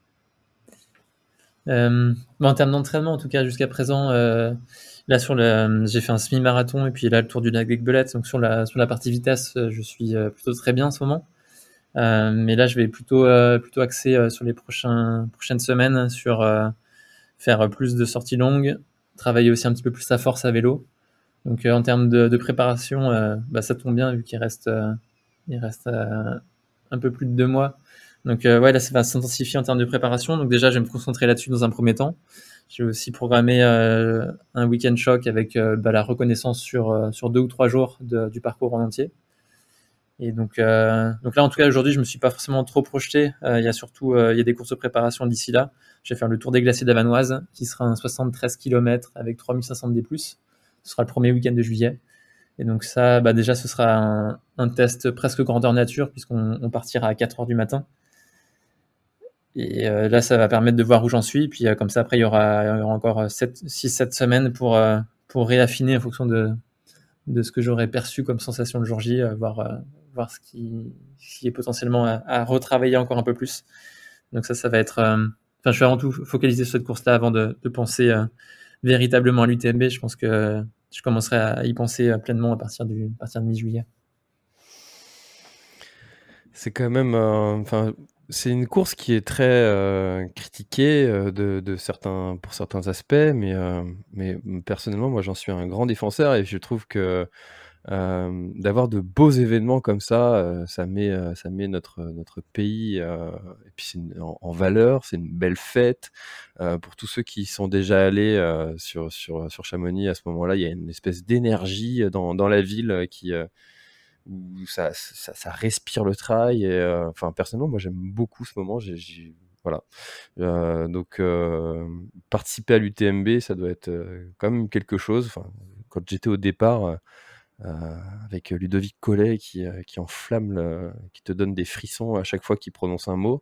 Euh, bah, en termes d'entraînement, en tout cas, jusqu'à présent, euh, là, sur le, j'ai fait un semi-marathon et puis là, le tour du lac d'Aiguebelette. Donc, sur la, sur la partie vitesse, euh, je suis euh, plutôt très bien en ce moment. Euh, mais là, je vais plutôt, euh, plutôt axer euh, sur les prochains, prochaines semaines sur euh, faire plus de sorties longues, travailler aussi un petit peu plus sa force à vélo. Donc, euh, en termes de, de préparation, euh, bah, ça tombe bien vu qu'il reste, euh, il reste euh, un peu plus de deux mois. Donc, euh, ouais, là, ça va s'intensifier en termes de préparation. Donc, déjà, je vais me concentrer là-dessus dans un premier temps. J'ai aussi programmé euh, un week-end choc avec euh, bah, la reconnaissance sur, euh, sur deux ou trois jours de, du parcours en entier. Et donc, euh, donc là, en tout cas, aujourd'hui, je me suis pas forcément trop projeté. Euh, il y a surtout, euh, il y a des courses de préparation d'ici là. Je vais faire le Tour des glaciers d'Avanoise, qui sera un soixante-treize kilomètres avec trois mille cinq cents D plus. Ce sera le premier week-end de juillet. Et donc ça, bah déjà, ce sera un, un test presque grandeur nature, puisqu'on on partira à quatre heures du matin. Et euh, là, ça va permettre de voir où j'en suis. Puis euh, comme ça, après, il y aura, il y aura encore six sept semaines pour, euh, pour réaffiner en fonction de, de ce que j'aurais perçu comme sensation le jour J, euh, voir, euh, voir ce qui, ce qui est potentiellement à, à retravailler encore un peu plus. Donc ça, ça va être... euh, Enfin, je suis avant tout focalisé sur cette course-là avant de, de penser euh, véritablement à l'U T M B. Je pense que je commencerai à y penser euh, pleinement à partir, du, à partir de mi-juillet. C'est quand même, euh, enfin, c'est une course qui est très euh, critiquée euh, de, de certains, pour certains aspects, mais, euh, mais personnellement, moi, j'en suis un grand défenseur et je trouve que euh, d'avoir de beaux événements comme ça, euh, ça met, euh, ça met notre, notre pays euh, et puis c'est une- en, en valeur. C'est une belle fête euh, pour tous ceux qui sont déjà allés euh, sur, sur, sur Chamonix. À ce moment-là, il y a une espèce d'énergie dans, dans la ville euh, qui euh, où ça, ça, ça respire le trail. Et, euh, enfin, personnellement, moi, j'aime beaucoup ce moment. J'ai, j'ai- voilà. Euh, donc, euh, participer à l'U T M B, ça doit être euh, quand même quelque chose. Enfin, quand j'étais au départ euh, euh, avec Ludovic Collet qui, euh, qui enflamme, le- qui te donne des frissons à chaque fois qu'il prononce un mot.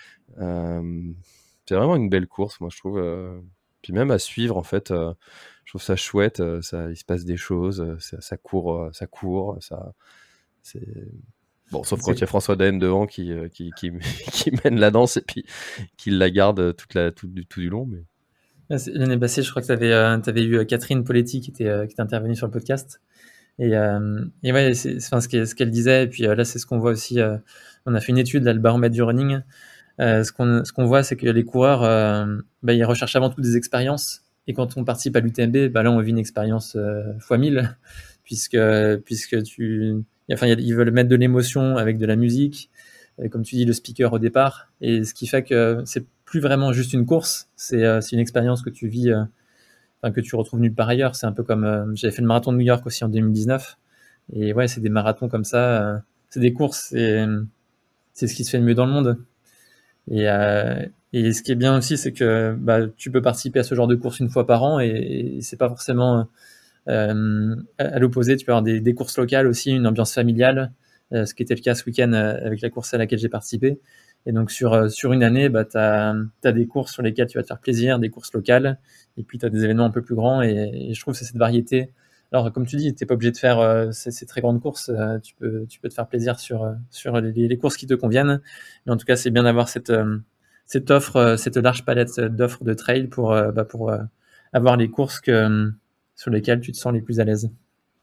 Euh, c'est vraiment une belle course, moi, je trouve. euh, Puis même à suivre, en fait, euh, je trouve ça chouette. euh, Ça, il se passe des choses. euh, Ça, ça court, euh, ça court. Ça, c'est bon, sauf quand il y a François Daen devant qui, euh, qui, qui, qui mène la danse et puis qui la garde toute la, tout, du, tout du long. Mais... L'année passée, je crois que tu avais euh, eu Catherine Poletti qui était, euh, qui était intervenue sur le podcast. Et, euh, et ouais, c'est enfin, ce qu'elle ce qu'elle disait. Et puis euh, là, c'est ce qu'on voit aussi. Euh, on a fait une étude, là, le baromètre du running. Euh, ce qu'on ce qu'on voit, c'est que les coureurs, euh, bah, ils recherchent avant tout des expériences. Et quand on participe à l'U T M B, bah, là, on vit une expérience euh, fois mille, puisque, puisque tu, enfin, ils veulent mettre de l'émotion avec de la musique, et comme tu dis, le speaker au départ. Et ce qui fait que c'est plus vraiment juste une course, c'est euh, c'est une expérience que tu vis, euh, enfin, que tu retrouves nulle part ailleurs. C'est un peu comme, euh, j'avais fait le marathon de New York aussi en deux mille dix-neuf. Et ouais, c'est des marathons comme ça, euh, c'est des courses, et c'est ce qui se fait de mieux dans le monde. Et, euh, et ce qui est bien aussi, c'est que bah, tu peux participer à ce genre de course une fois par an, et, et c'est pas forcément euh, à, à l'opposé. Tu peux avoir des, des courses locales aussi, une ambiance familiale, euh, ce qui était le cas ce week-end euh, avec la course à laquelle j'ai participé. Et donc sur, euh, sur une année, bah, tu as des courses sur lesquelles tu vas te faire plaisir, des courses locales, et puis tu as des événements un peu plus grands. Et, et je trouve que c'est cette variété. Alors, comme tu dis, tu n'es pas obligé de faire euh, ces, ces très grandes courses. Euh, tu, peux, tu peux te faire plaisir sur, euh, sur les, les courses qui te conviennent. Mais en tout cas, c'est bien d'avoir cette, euh, cette offre, euh, cette large palette d'offres de trail pour, euh, bah, pour euh, avoir les courses que, euh, sur lesquelles tu te sens les plus à l'aise.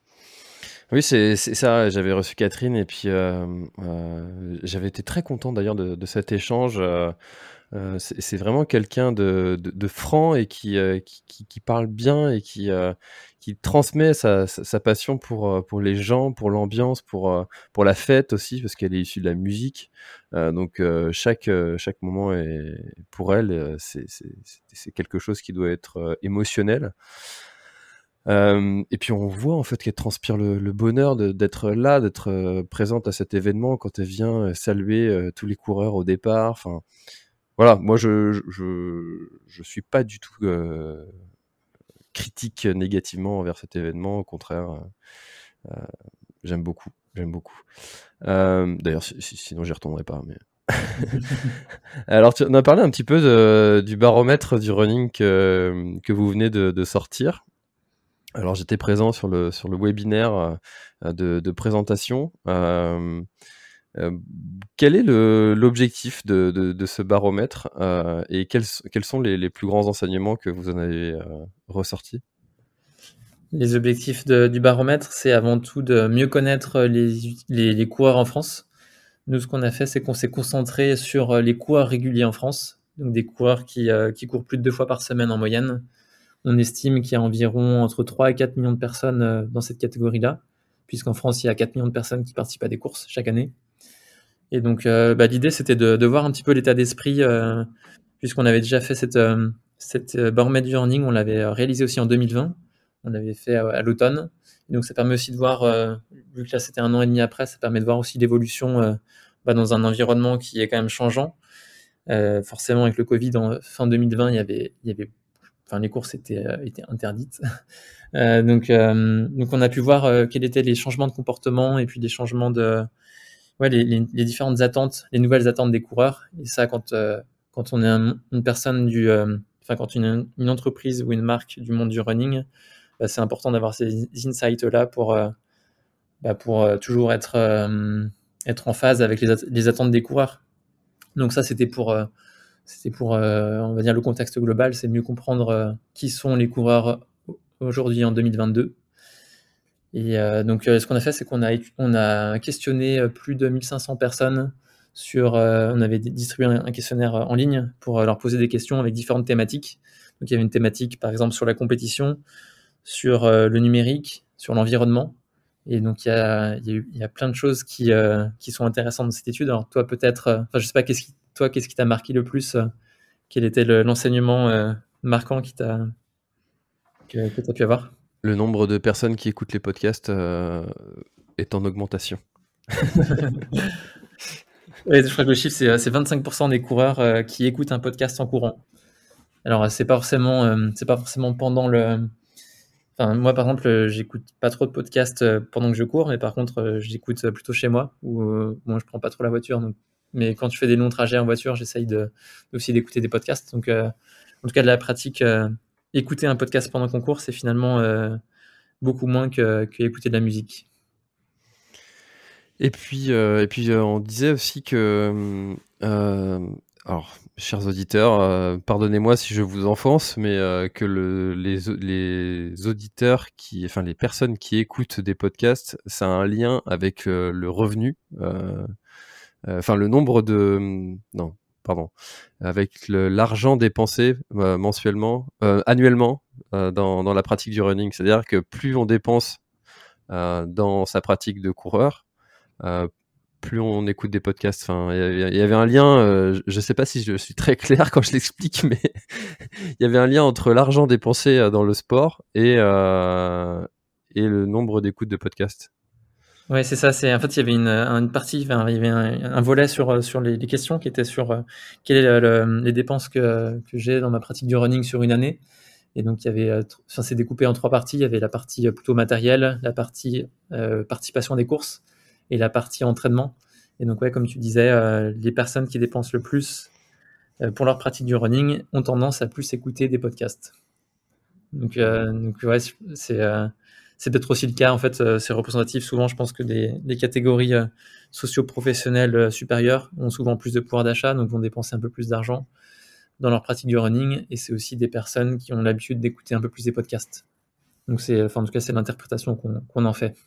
Oui, c'est c'est ça. J'avais reçu Catherine et puis euh, euh, j'avais été très content d'ailleurs de, de cet échange. euh, euh, c'est c'est vraiment quelqu'un de, de, de franc et qui, euh, qui, qui, qui parle bien et qui, euh, qui transmet sa, sa, sa passion pour, euh, pour les gens, pour l'ambiance, pour, euh, pour la fête aussi, parce qu'elle est issue de la musique. Euh, donc euh, chaque, euh, chaque moment est, pour elle, euh, c'est c'est- c'est- c'est quelque chose qui doit être euh, émotionnel. Euh, et puis on voit en fait qu'elle transpire le, le bonheur de- d'être là, d'être euh, présente à cet événement quand elle vient euh, saluer euh, tous les coureurs au départ. Enfin, voilà, moi je je je, je suis pas du tout euh, critique négativement envers cet événement. Au contraire, euh, euh, j'aime beaucoup, j'aime beaucoup. Euh, D'ailleurs, si- si- sinon j'y retournerai pas. Mais Alors, tu on a parlé un petit peu de, du baromètre du running que, que vous venez de, de sortir. Alors, j'étais présent sur le, sur le webinaire euh, de, de présentation. Euh, euh, quel est le, l'objectif de, de, de ce baromètre euh, et quels, quels sont les, les plus grands enseignements que vous en avez euh, ressortis? Les objectifs de, du baromètre, c'est avant tout de mieux connaître les, les, les coureurs en France. Nous, ce qu'on a fait, c'est qu'on s'est concentré sur les coureurs réguliers en France, donc des coureurs qui, euh, qui courent plus de deux fois par semaine en moyenne. On estime qu'il y a environ entre trois et quatre millions de personnes euh, dans cette catégorie-là, puisqu'en France, il y a quatre millions de personnes qui participent à des courses chaque année. Et donc, euh, bah, l'idée, c'était de, de voir un petit peu l'état d'esprit, euh, puisqu'on avait déjà fait cette, euh, cette baromètre du running, on l'avait réalisé aussi en deux mille vingt. On l'avait fait à, à l'automne. Et donc, ça permet aussi de voir, euh, vu que là, c'était un an et demi après, ça permet de voir aussi l'évolution euh, bah, dans un environnement qui est quand même changeant. Euh, forcément, avec le Covid, en fin deux mille vingt, il y avait, il y avait, enfin, les courses étaient, euh, étaient interdites. euh, donc, euh, donc, on a pu voir euh, quels étaient les changements de comportement et puis les changements de, ouais, les, les, les différentes attentes, les nouvelles attentes des coureurs. Et ça, quand, euh, quand on est un, une personne du, euh, enfin, quand une, une entreprise ou une marque du monde du running, bah, c'est important d'avoir ces insights-là pour, euh, bah, pour euh, toujours être, euh, être en phase avec les, at- les attentes des coureurs. Donc ça, c'était pour, euh, c'était pour euh, on va dire, le contexte global, c'est mieux comprendre euh, qui sont les coureurs aujourd'hui en deux mille vingt-deux. Et euh, donc, euh, ce qu'on a fait, c'est qu'on a, on a questionné plus de mille cinq cents personnes sur, euh, on avait distribué un, un questionnaire en ligne pour euh, leur poser des questions avec différentes thématiques. Donc, il y avait une thématique, par exemple, sur la compétition, sur euh, le numérique, sur l'environnement. Et donc, il y a, il y a, eu, il y a plein de choses qui, euh, qui sont intéressantes dans cette étude. Alors, toi, peut-être, euh, enfin, je sais pas, qu'est-ce qui, toi, qu'est-ce qui t'a marqué le plus euh, Quel était le, l'enseignement euh, marquant qui t'a, que, que tu as pu avoir? Le nombre de personnes qui écoutent les podcasts euh, est en augmentation. Oui, je crois que le chiffre, c'est, c'est vingt-cinq pour cent des coureurs euh, qui écoutent un podcast en courant. Alors, c'est pas forcément, euh, c'est pas forcément pendant le. Enfin, moi, par exemple, euh, j'écoute pas trop de podcasts euh, pendant que je cours, mais par contre, euh, j'écoute plutôt chez moi, où euh, moi, je prends pas trop la voiture. Donc... Mais quand je fais des longs trajets en voiture, j'essaye de, aussi d'écouter des podcasts. Donc, euh, en tout cas, de la pratique, euh, écouter un podcast pendant qu'on court, c'est finalement euh, beaucoup moins que, que écouter de la musique. Et puis, euh, et puis euh, on disait aussi que, euh, alors, chers auditeurs, euh, pardonnez-moi si je vous enfonce, mais euh, que le, les, les auditeurs qui, enfin les personnes qui écoutent des podcasts, ça a un lien avec euh, le revenu, euh, euh, enfin le nombre de, non, pardon, avec le, l'argent dépensé euh, mensuellement, euh, annuellement euh, dans, dans la pratique du running. C'est-à-dire que plus on dépense euh, dans sa pratique de coureur, euh, plus on écoute des podcasts. Enfin, il y avait un lien, euh, je sais pas si je suis très clair quand je l'explique, mais il y avait un lien entre l'argent dépensé dans le sport et, euh, et le nombre d'écoutes de podcasts. Ouais, c'est ça. C'est en fait, il y avait une, une partie, enfin, il y avait un, un volet sur sur les, les questions qui était sur euh, quelles est le, le, les dépenses que que j'ai dans ma pratique du running sur une année. Et donc il y avait, euh, enfin, c'est découpé en trois parties. Il y avait la partie euh, plutôt matérielle, la partie euh, participation à des courses et la partie entraînement. Et donc ouais, comme tu disais, euh, les personnes qui dépensent le plus euh, pour leur pratique du running ont tendance à plus écouter des podcasts. Donc, euh, donc ouais, c'est euh, c'est peut-être aussi le cas, en fait, euh, c'est représentatif. Souvent, je pense que des, des catégories euh, socio-professionnelles euh, supérieures ont souvent plus de pouvoir d'achat, donc vont dépenser un peu plus d'argent dans leur pratique du running. Et c'est aussi des personnes qui ont l'habitude d'écouter un peu plus des podcasts. Donc, c'est, enfin, en tout cas, c'est l'interprétation qu'on, qu'on en fait.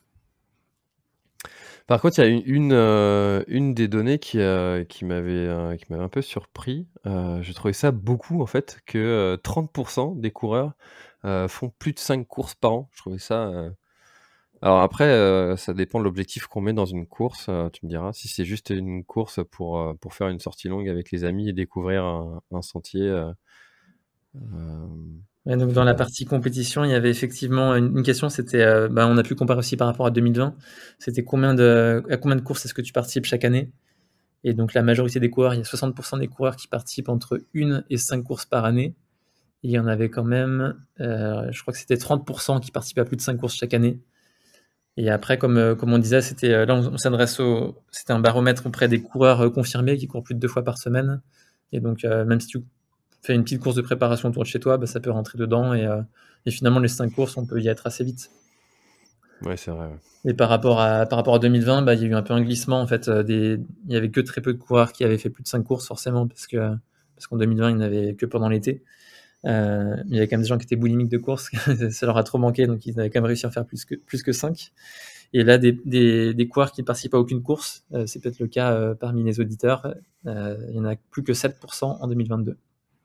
Par contre, il y a une, une, euh, une des données qui, euh, qui, m'avait, euh, qui m'avait un peu surpris. Euh, j'ai trouvé ça beaucoup, en fait, que euh, trente pour cent des coureurs euh, font plus de cinq courses par an. Je trouvais ça... Euh... Alors après, euh, ça dépend de l'objectif qu'on met dans une course. Euh, tu me diras, si c'est juste une course pour, euh, pour faire une sortie longue avec les amis et découvrir un, un sentier... Euh, euh, Et donc, dans la partie compétition, il y avait effectivement une, une question, c'était, euh, bah, on a pu comparer aussi par rapport à deux mille vingt, c'était combien de, à combien de courses est-ce que tu participes chaque année? Et donc, la majorité des coureurs, il y a soixante pour cent des coureurs qui participent entre une et cinq courses par année. Il y en avait quand même, euh, je crois que c'était trente pour cent qui participaient à plus de cinq courses chaque année. Et après, comme, euh, comme on disait, c'était, euh, là, on, on s'adresse au, c'était un baromètre auprès des coureurs euh, confirmés qui courent plus de deux fois par semaine. Et donc, euh, même si tu fais une petite course de préparation autour de chez toi, bah, ça peut rentrer dedans. Et, euh, et finalement, les cinq courses, on peut y être assez vite. Ouais, c'est vrai. Ouais. Et par rapport à, par rapport à deux mille vingt, bah, il y a eu un peu un glissement. En fait, euh, des, il y avait que très peu de coureurs qui avaient fait plus de cinq courses, forcément, parce que, parce qu'en deux mille vingt, il n'y en avait que pendant l'été. Euh, il y avait quand même des gens qui étaient boulimiques de course, ça leur a trop manqué, donc ils avaient quand même réussi à faire plus que, plus que cinq. Et là, des, des, des coureurs qui ne participent à aucune course, euh, c'est peut-être le cas euh, parmi les auditeurs, euh, il n'y en a plus que sept pour cent en deux mille vingt-deux.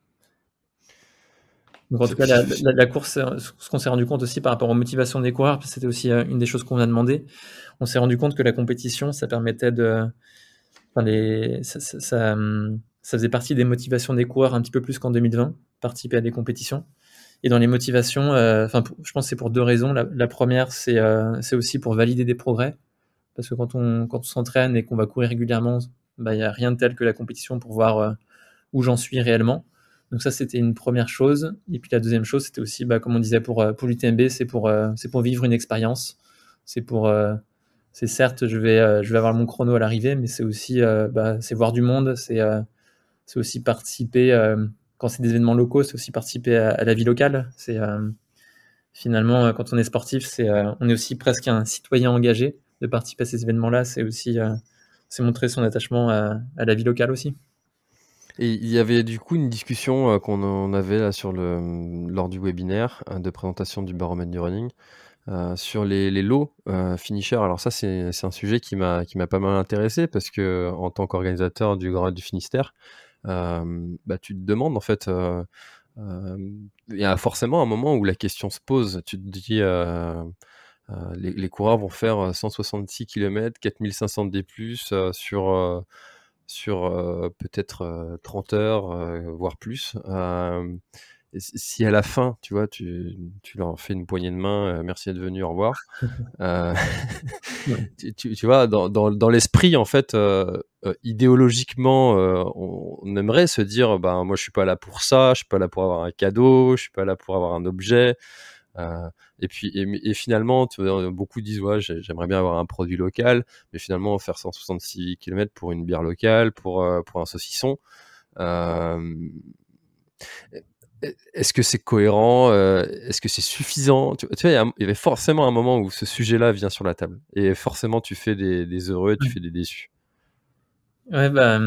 Donc en tout cas, la, la, la course, ce qu'on s'est rendu compte aussi par rapport aux motivations des coureurs, parce que c'était aussi euh, une des choses qu'on a demandé, on s'est rendu compte que la compétition, ça permettait de... Enfin, les, ça, ça, ça, ça faisait partie des motivations des coureurs un petit peu plus qu'en deux mille vingt, participer à des compétitions. Et dans les motivations, euh, enfin, je pense que c'est pour deux raisons. La, la première, c'est euh, c'est aussi pour valider des progrès. Parce que quand on, quand on s'entraîne et qu'on va courir régulièrement, bah, il n'y a rien de tel que la compétition pour voir euh, où j'en suis réellement. Donc ça, c'était une première chose. Et puis la deuxième chose, c'était aussi, bah, comme on disait pour, pour l'U T M B, c'est pour, euh, c'est pour vivre une expérience. C'est pour, euh, c'est certes, je vais, euh, je vais avoir mon chrono à l'arrivée, mais c'est aussi, euh, bah, c'est voir du monde, c'est, euh, c'est aussi participer, euh, quand c'est des événements locaux, c'est aussi participer à, à la vie locale. C'est euh, finalement, quand on est sportif, c'est, euh, on est aussi presque un citoyen engagé. De participer à ces événements-là, c'est aussi, euh, c'est montrer son attachement à, à la vie locale aussi. Et il y avait du coup une discussion euh, qu'on en avait là sur le, lors du webinaire euh, de présentation du baromètre du running euh, sur les, les lots euh, finishers. Alors ça, c'est, c'est un sujet qui m'a, qui m'a pas mal intéressé parce que en tant qu'organisateur du Grand Raid du Finistère, euh, bah, tu te demandes en fait, euh, euh, il y a forcément un moment où la question se pose. Tu te dis, euh, euh, les, les coureurs vont faire cent soixante-six kilomètres, quatre mille cinq cents D plus euh, sur... Euh, sur euh, peut-être euh, trente heures, euh, voire plus. Euh, si à la fin, tu vois, tu, tu leur fais une poignée de main, euh, merci d'être venu, au revoir. euh, Ouais. tu, tu, tu vois, dans, dans, dans l'esprit, en fait, euh, euh, idéologiquement, euh, on, on aimerait se dire, ben moi, je suis pas là pour ça, je suis pas là pour avoir un cadeau, je suis pas là pour avoir un objet. Euh, et puis et, et finalement, tu vois, beaucoup disent ouais, j'aimerais bien avoir un produit local, mais finalement faire cent soixante-six kilomètres pour une bière locale, pour euh, pour un saucisson, euh, est-ce que c'est cohérent, euh, est-ce que c'est suffisant? Tu, tu vois, il y avait forcément un moment où ce sujet-là vient sur la table, et forcément tu fais des, des heureux, tu Ouais. fais des déçus. Ouais, bah,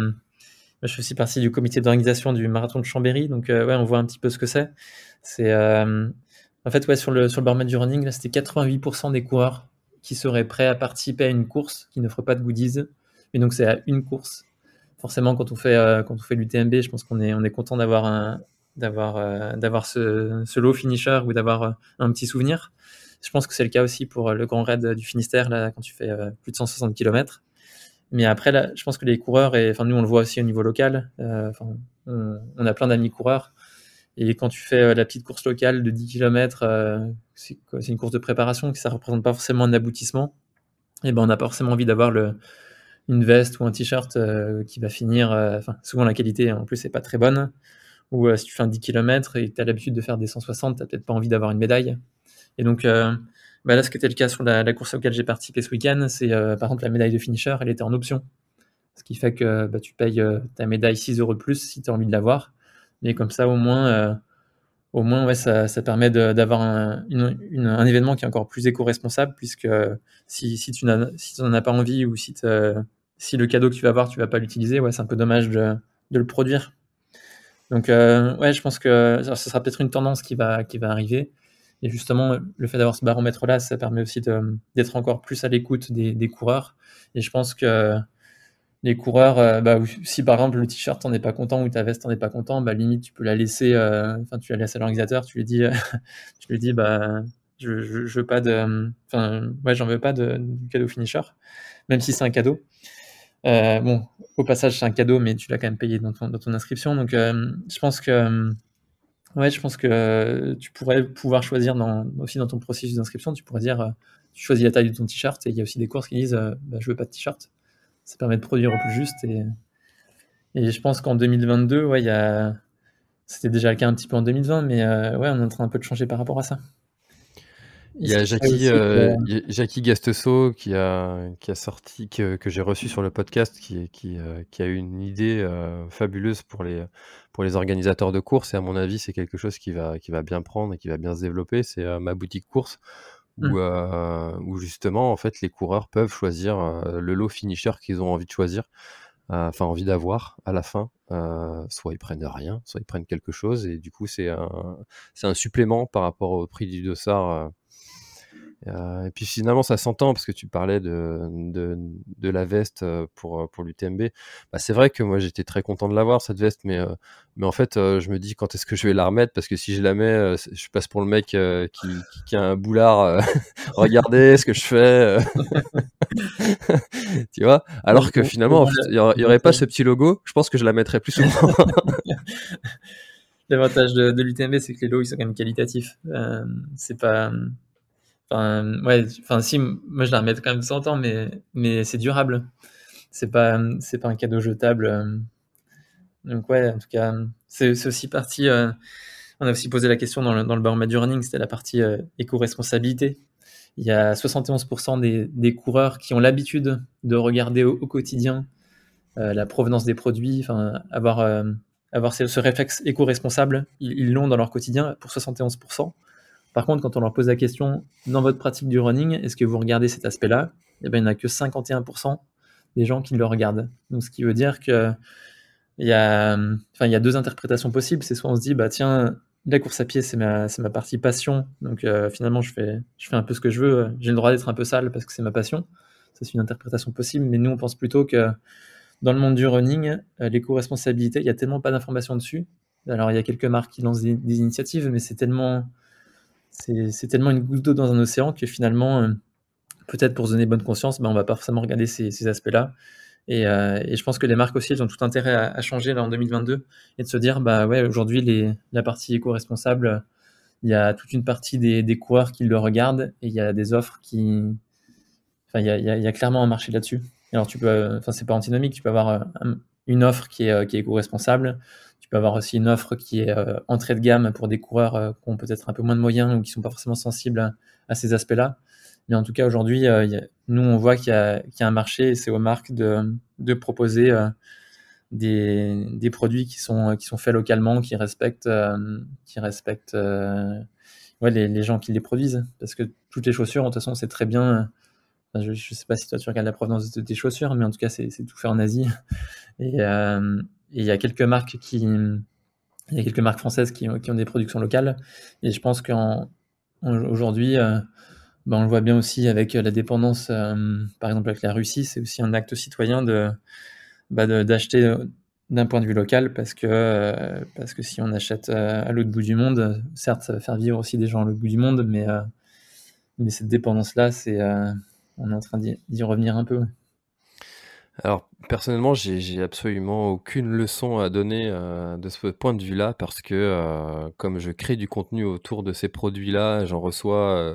je fais aussi partie du comité d'organisation du marathon de Chambéry, donc euh, ouais, on voit un petit peu ce que c'est. C'est euh, en fait ouais, sur le sur le baromètre du running, là, c'était quatre-vingt-huit pour cent des coureurs qui seraient prêts à participer à une course, qui ne feraient pas de goodies. Et donc c'est à une course. Forcément, quand on fait euh, quand on fait l'U T M B, je pense qu'on est on est content d'avoir un d'avoir euh, d'avoir ce, ce lot finisher ou d'avoir euh, un petit souvenir. Je pense que c'est le cas aussi pour le Grand Raid du Finistère là, quand tu fais euh, plus de cent soixante kilomètres. Mais après, là, je pense que les coureurs, et enfin nous on le voit aussi au niveau local, euh, enfin, on, on a plein d'amis coureurs, et quand tu fais euh, la petite course locale de dix kilomètres, euh, c'est, quoi, c'est une course de préparation, que ça représente pas forcément un aboutissement, et ben on n'a pas forcément envie d'avoir le, une veste ou un t-shirt euh, qui va finir, euh, enfin souvent la qualité en plus c'est pas très bonne, ou euh, si tu fais un dix kilomètres et que tu as l'habitude de faire des cent soixante, tu n'as peut-être pas envie d'avoir une médaille. Et donc euh, bah là, ce qui était le cas sur la, la course auquel j'ai participé ce week-end, c'est euh, par contre la médaille de finisher, elle était en option. Ce qui fait que bah, tu payes euh, ta médaille six euros de plus si tu as envie de l'avoir. Mais comme ça, au moins, euh, au moins ouais, ça, ça permet de, d'avoir un, une, une, un événement qui est encore plus éco-responsable, puisque euh, si, si tu n'en si as pas envie ou si, si le cadeau que tu vas avoir, tu vas pas l'utiliser, ouais, c'est un peu dommage de, de le produire. Donc, euh, ouais, je pense que ce sera peut-être une tendance qui va, qui va arriver. Et justement, le fait d'avoir ce baromètre-là, ça permet aussi de, d'être encore plus à l'écoute des, des coureurs. Et je pense que les coureurs, euh, bah, si par exemple le t-shirt t'en es pas content ou ta veste t'en es pas content, bah limite tu peux la laisser, enfin euh, tu la laisses à l'organisateur, tu lui dis, tu lui dis bah je, je, je veux pas de, enfin ouais j'en veux pas de, de cadeau finisher, même si c'est un cadeau. Euh, bon, au passage c'est un cadeau, mais tu l'as quand même payé dans ton, dans ton inscription, donc euh, je pense que ouais, je pense que tu pourrais pouvoir choisir dans, aussi dans ton processus d'inscription, tu pourrais dire, euh, tu choisis la taille de ton t-shirt, et il y a aussi des courses qui disent, euh, bah, je veux pas de t-shirt. Ça permet de produire au plus juste, et, et je pense qu'en deux mille vingt-deux, ouais, il y a, c'était déjà le cas un petit peu en deux mille vingt, mais euh, ouais, on est en train un peu de changer par rapport à ça. Il y a Jackie, euh, il y a Jackie Gastesso qui a, qui a sorti, que, que j'ai reçu sur le podcast, qui, qui, euh, qui a eu une idée euh, fabuleuse pour les, pour les organisateurs de courses. Et à mon avis, c'est quelque chose qui va, qui va bien prendre et qui va bien se développer. C'est euh, ma boutique course où, mmh. euh, où justement, en fait, les coureurs peuvent choisir euh, le lot finisher qu'ils ont envie de choisir. Enfin, euh, envie d'avoir à la fin. Euh, soit ils prennent rien, soit ils prennent quelque chose. Et du coup, c'est un, c'est un supplément par rapport au prix du dossard. Euh, Euh, et puis finalement, ça s'entend parce que tu parlais de, de, de la veste pour, pour l'U T M B. Bah, c'est vrai que moi, j'étais très content de l'avoir, cette veste, mais, euh, mais en fait, euh, je me dis quand est-ce que je vais la remettre parce que si je la mets, euh, je passe pour le mec euh, qui, qui, qui a un boulard. Euh, regardez ce que je fais. Tu vois? Alors que finalement, il n'y aurait, aurait pas ce petit logo. Je pense que je la mettrais plus souvent. L'avantage de, de l'U T M B, c'est que les lots, ils sont quand même qualitatifs. Euh, c'est pas... Enfin, ouais, enfin, si, moi je la remets quand même de temps en temps, mais, mais c'est durable. C'est pas, c'est pas un cadeau jetable. Donc, ouais, en tout cas, c'est, c'est aussi partie. Euh, on a aussi posé la question dans le, dans le baromètre du running, c'était la partie euh, éco-responsabilité. Il y a soixante et onze pour cent des, des coureurs qui ont l'habitude de regarder au, au quotidien euh, la provenance des produits, enfin, avoir, euh, avoir ce, ce réflexe éco-responsable, ils, ils l'ont dans leur quotidien pour soixante et onze pour cent. Par contre, quand on leur pose la question, dans votre pratique du running, est-ce que vous regardez cet aspect-là? Eh bien, il n'y en a que cinquante et un pour cent des gens qui le regardent. Donc, ce qui veut dire qu'il y a, enfin, il y a deux interprétations possibles. C'est soit on se dit, bah, tiens, la course à pied, c'est ma, c'est ma partie passion. Donc, euh, finalement, je fais, je fais un peu ce que je veux. J'ai le droit d'être un peu sale parce que c'est ma passion. Ça, c'est une interprétation possible. Mais nous, on pense plutôt que dans le monde du running, l'éco-responsabilité, il n'y a tellement pas d'informations dessus. Alors, il y a quelques marques qui lancent des, des initiatives, mais c'est tellement... C'est, c'est tellement une goutte d'eau dans un océan que finalement, euh, peut-être pour se donner bonne conscience, ben, on ne va pas forcément regarder ces, ces aspects-là. Et, euh, et je pense que les marques aussi, elles ont tout intérêt à, à changer là en deux mille vingt-deux et de se dire, bah ouais, aujourd'hui, les, la partie éco-responsable, il y a toute une partie des, des coureurs qui le regardent et il y a des offres qui... Enfin, il y a, il y a, il y a clairement un marché là-dessus. Alors, tu peux... Enfin, c'est pas antinomique, tu peux avoir un, une offre qui est, qui est éco-responsable. Tu peux avoir aussi une offre qui est euh, entrée de gamme pour des coureurs euh, qui ont peut-être un peu moins de moyens ou qui ne sont pas forcément sensibles à, à ces aspects-là. Mais en tout cas, aujourd'hui, euh, y a, nous, on voit qu'il y a, qu'il y a un marché et c'est aux marques de, de proposer euh, des, des produits qui sont, qui sont faits localement, qui respectent, euh, qui respectent euh, ouais, les, les gens qui les produisent. Parce que toutes les chaussures, de toute façon, c'est très bien... Enfin, je ne sais pas si toi, tu regardes la provenance de tes chaussures, mais en tout cas, c'est, c'est tout fait en Asie. Et... Euh, Et il y a quelques marques qui, il y a quelques marques françaises qui, qui ont des productions locales. Et je pense qu'aujourd'hui, euh, ben on le voit bien aussi avec la dépendance, euh, par exemple avec la Russie, c'est aussi un acte citoyen de, bah de, d'acheter d'un point de vue local parce que, euh, parce que si on achète à l'autre bout du monde, certes, ça va faire vivre aussi des gens à l'autre bout du monde, mais, euh, mais cette dépendance-là, c'est, euh, on est en train d'y, d'y revenir un peu. Alors, personnellement, j'ai, j'ai absolument aucune leçon à donner euh, de ce point de vue-là parce que euh, comme je crée du contenu autour de ces produits-là, j'en reçois, euh,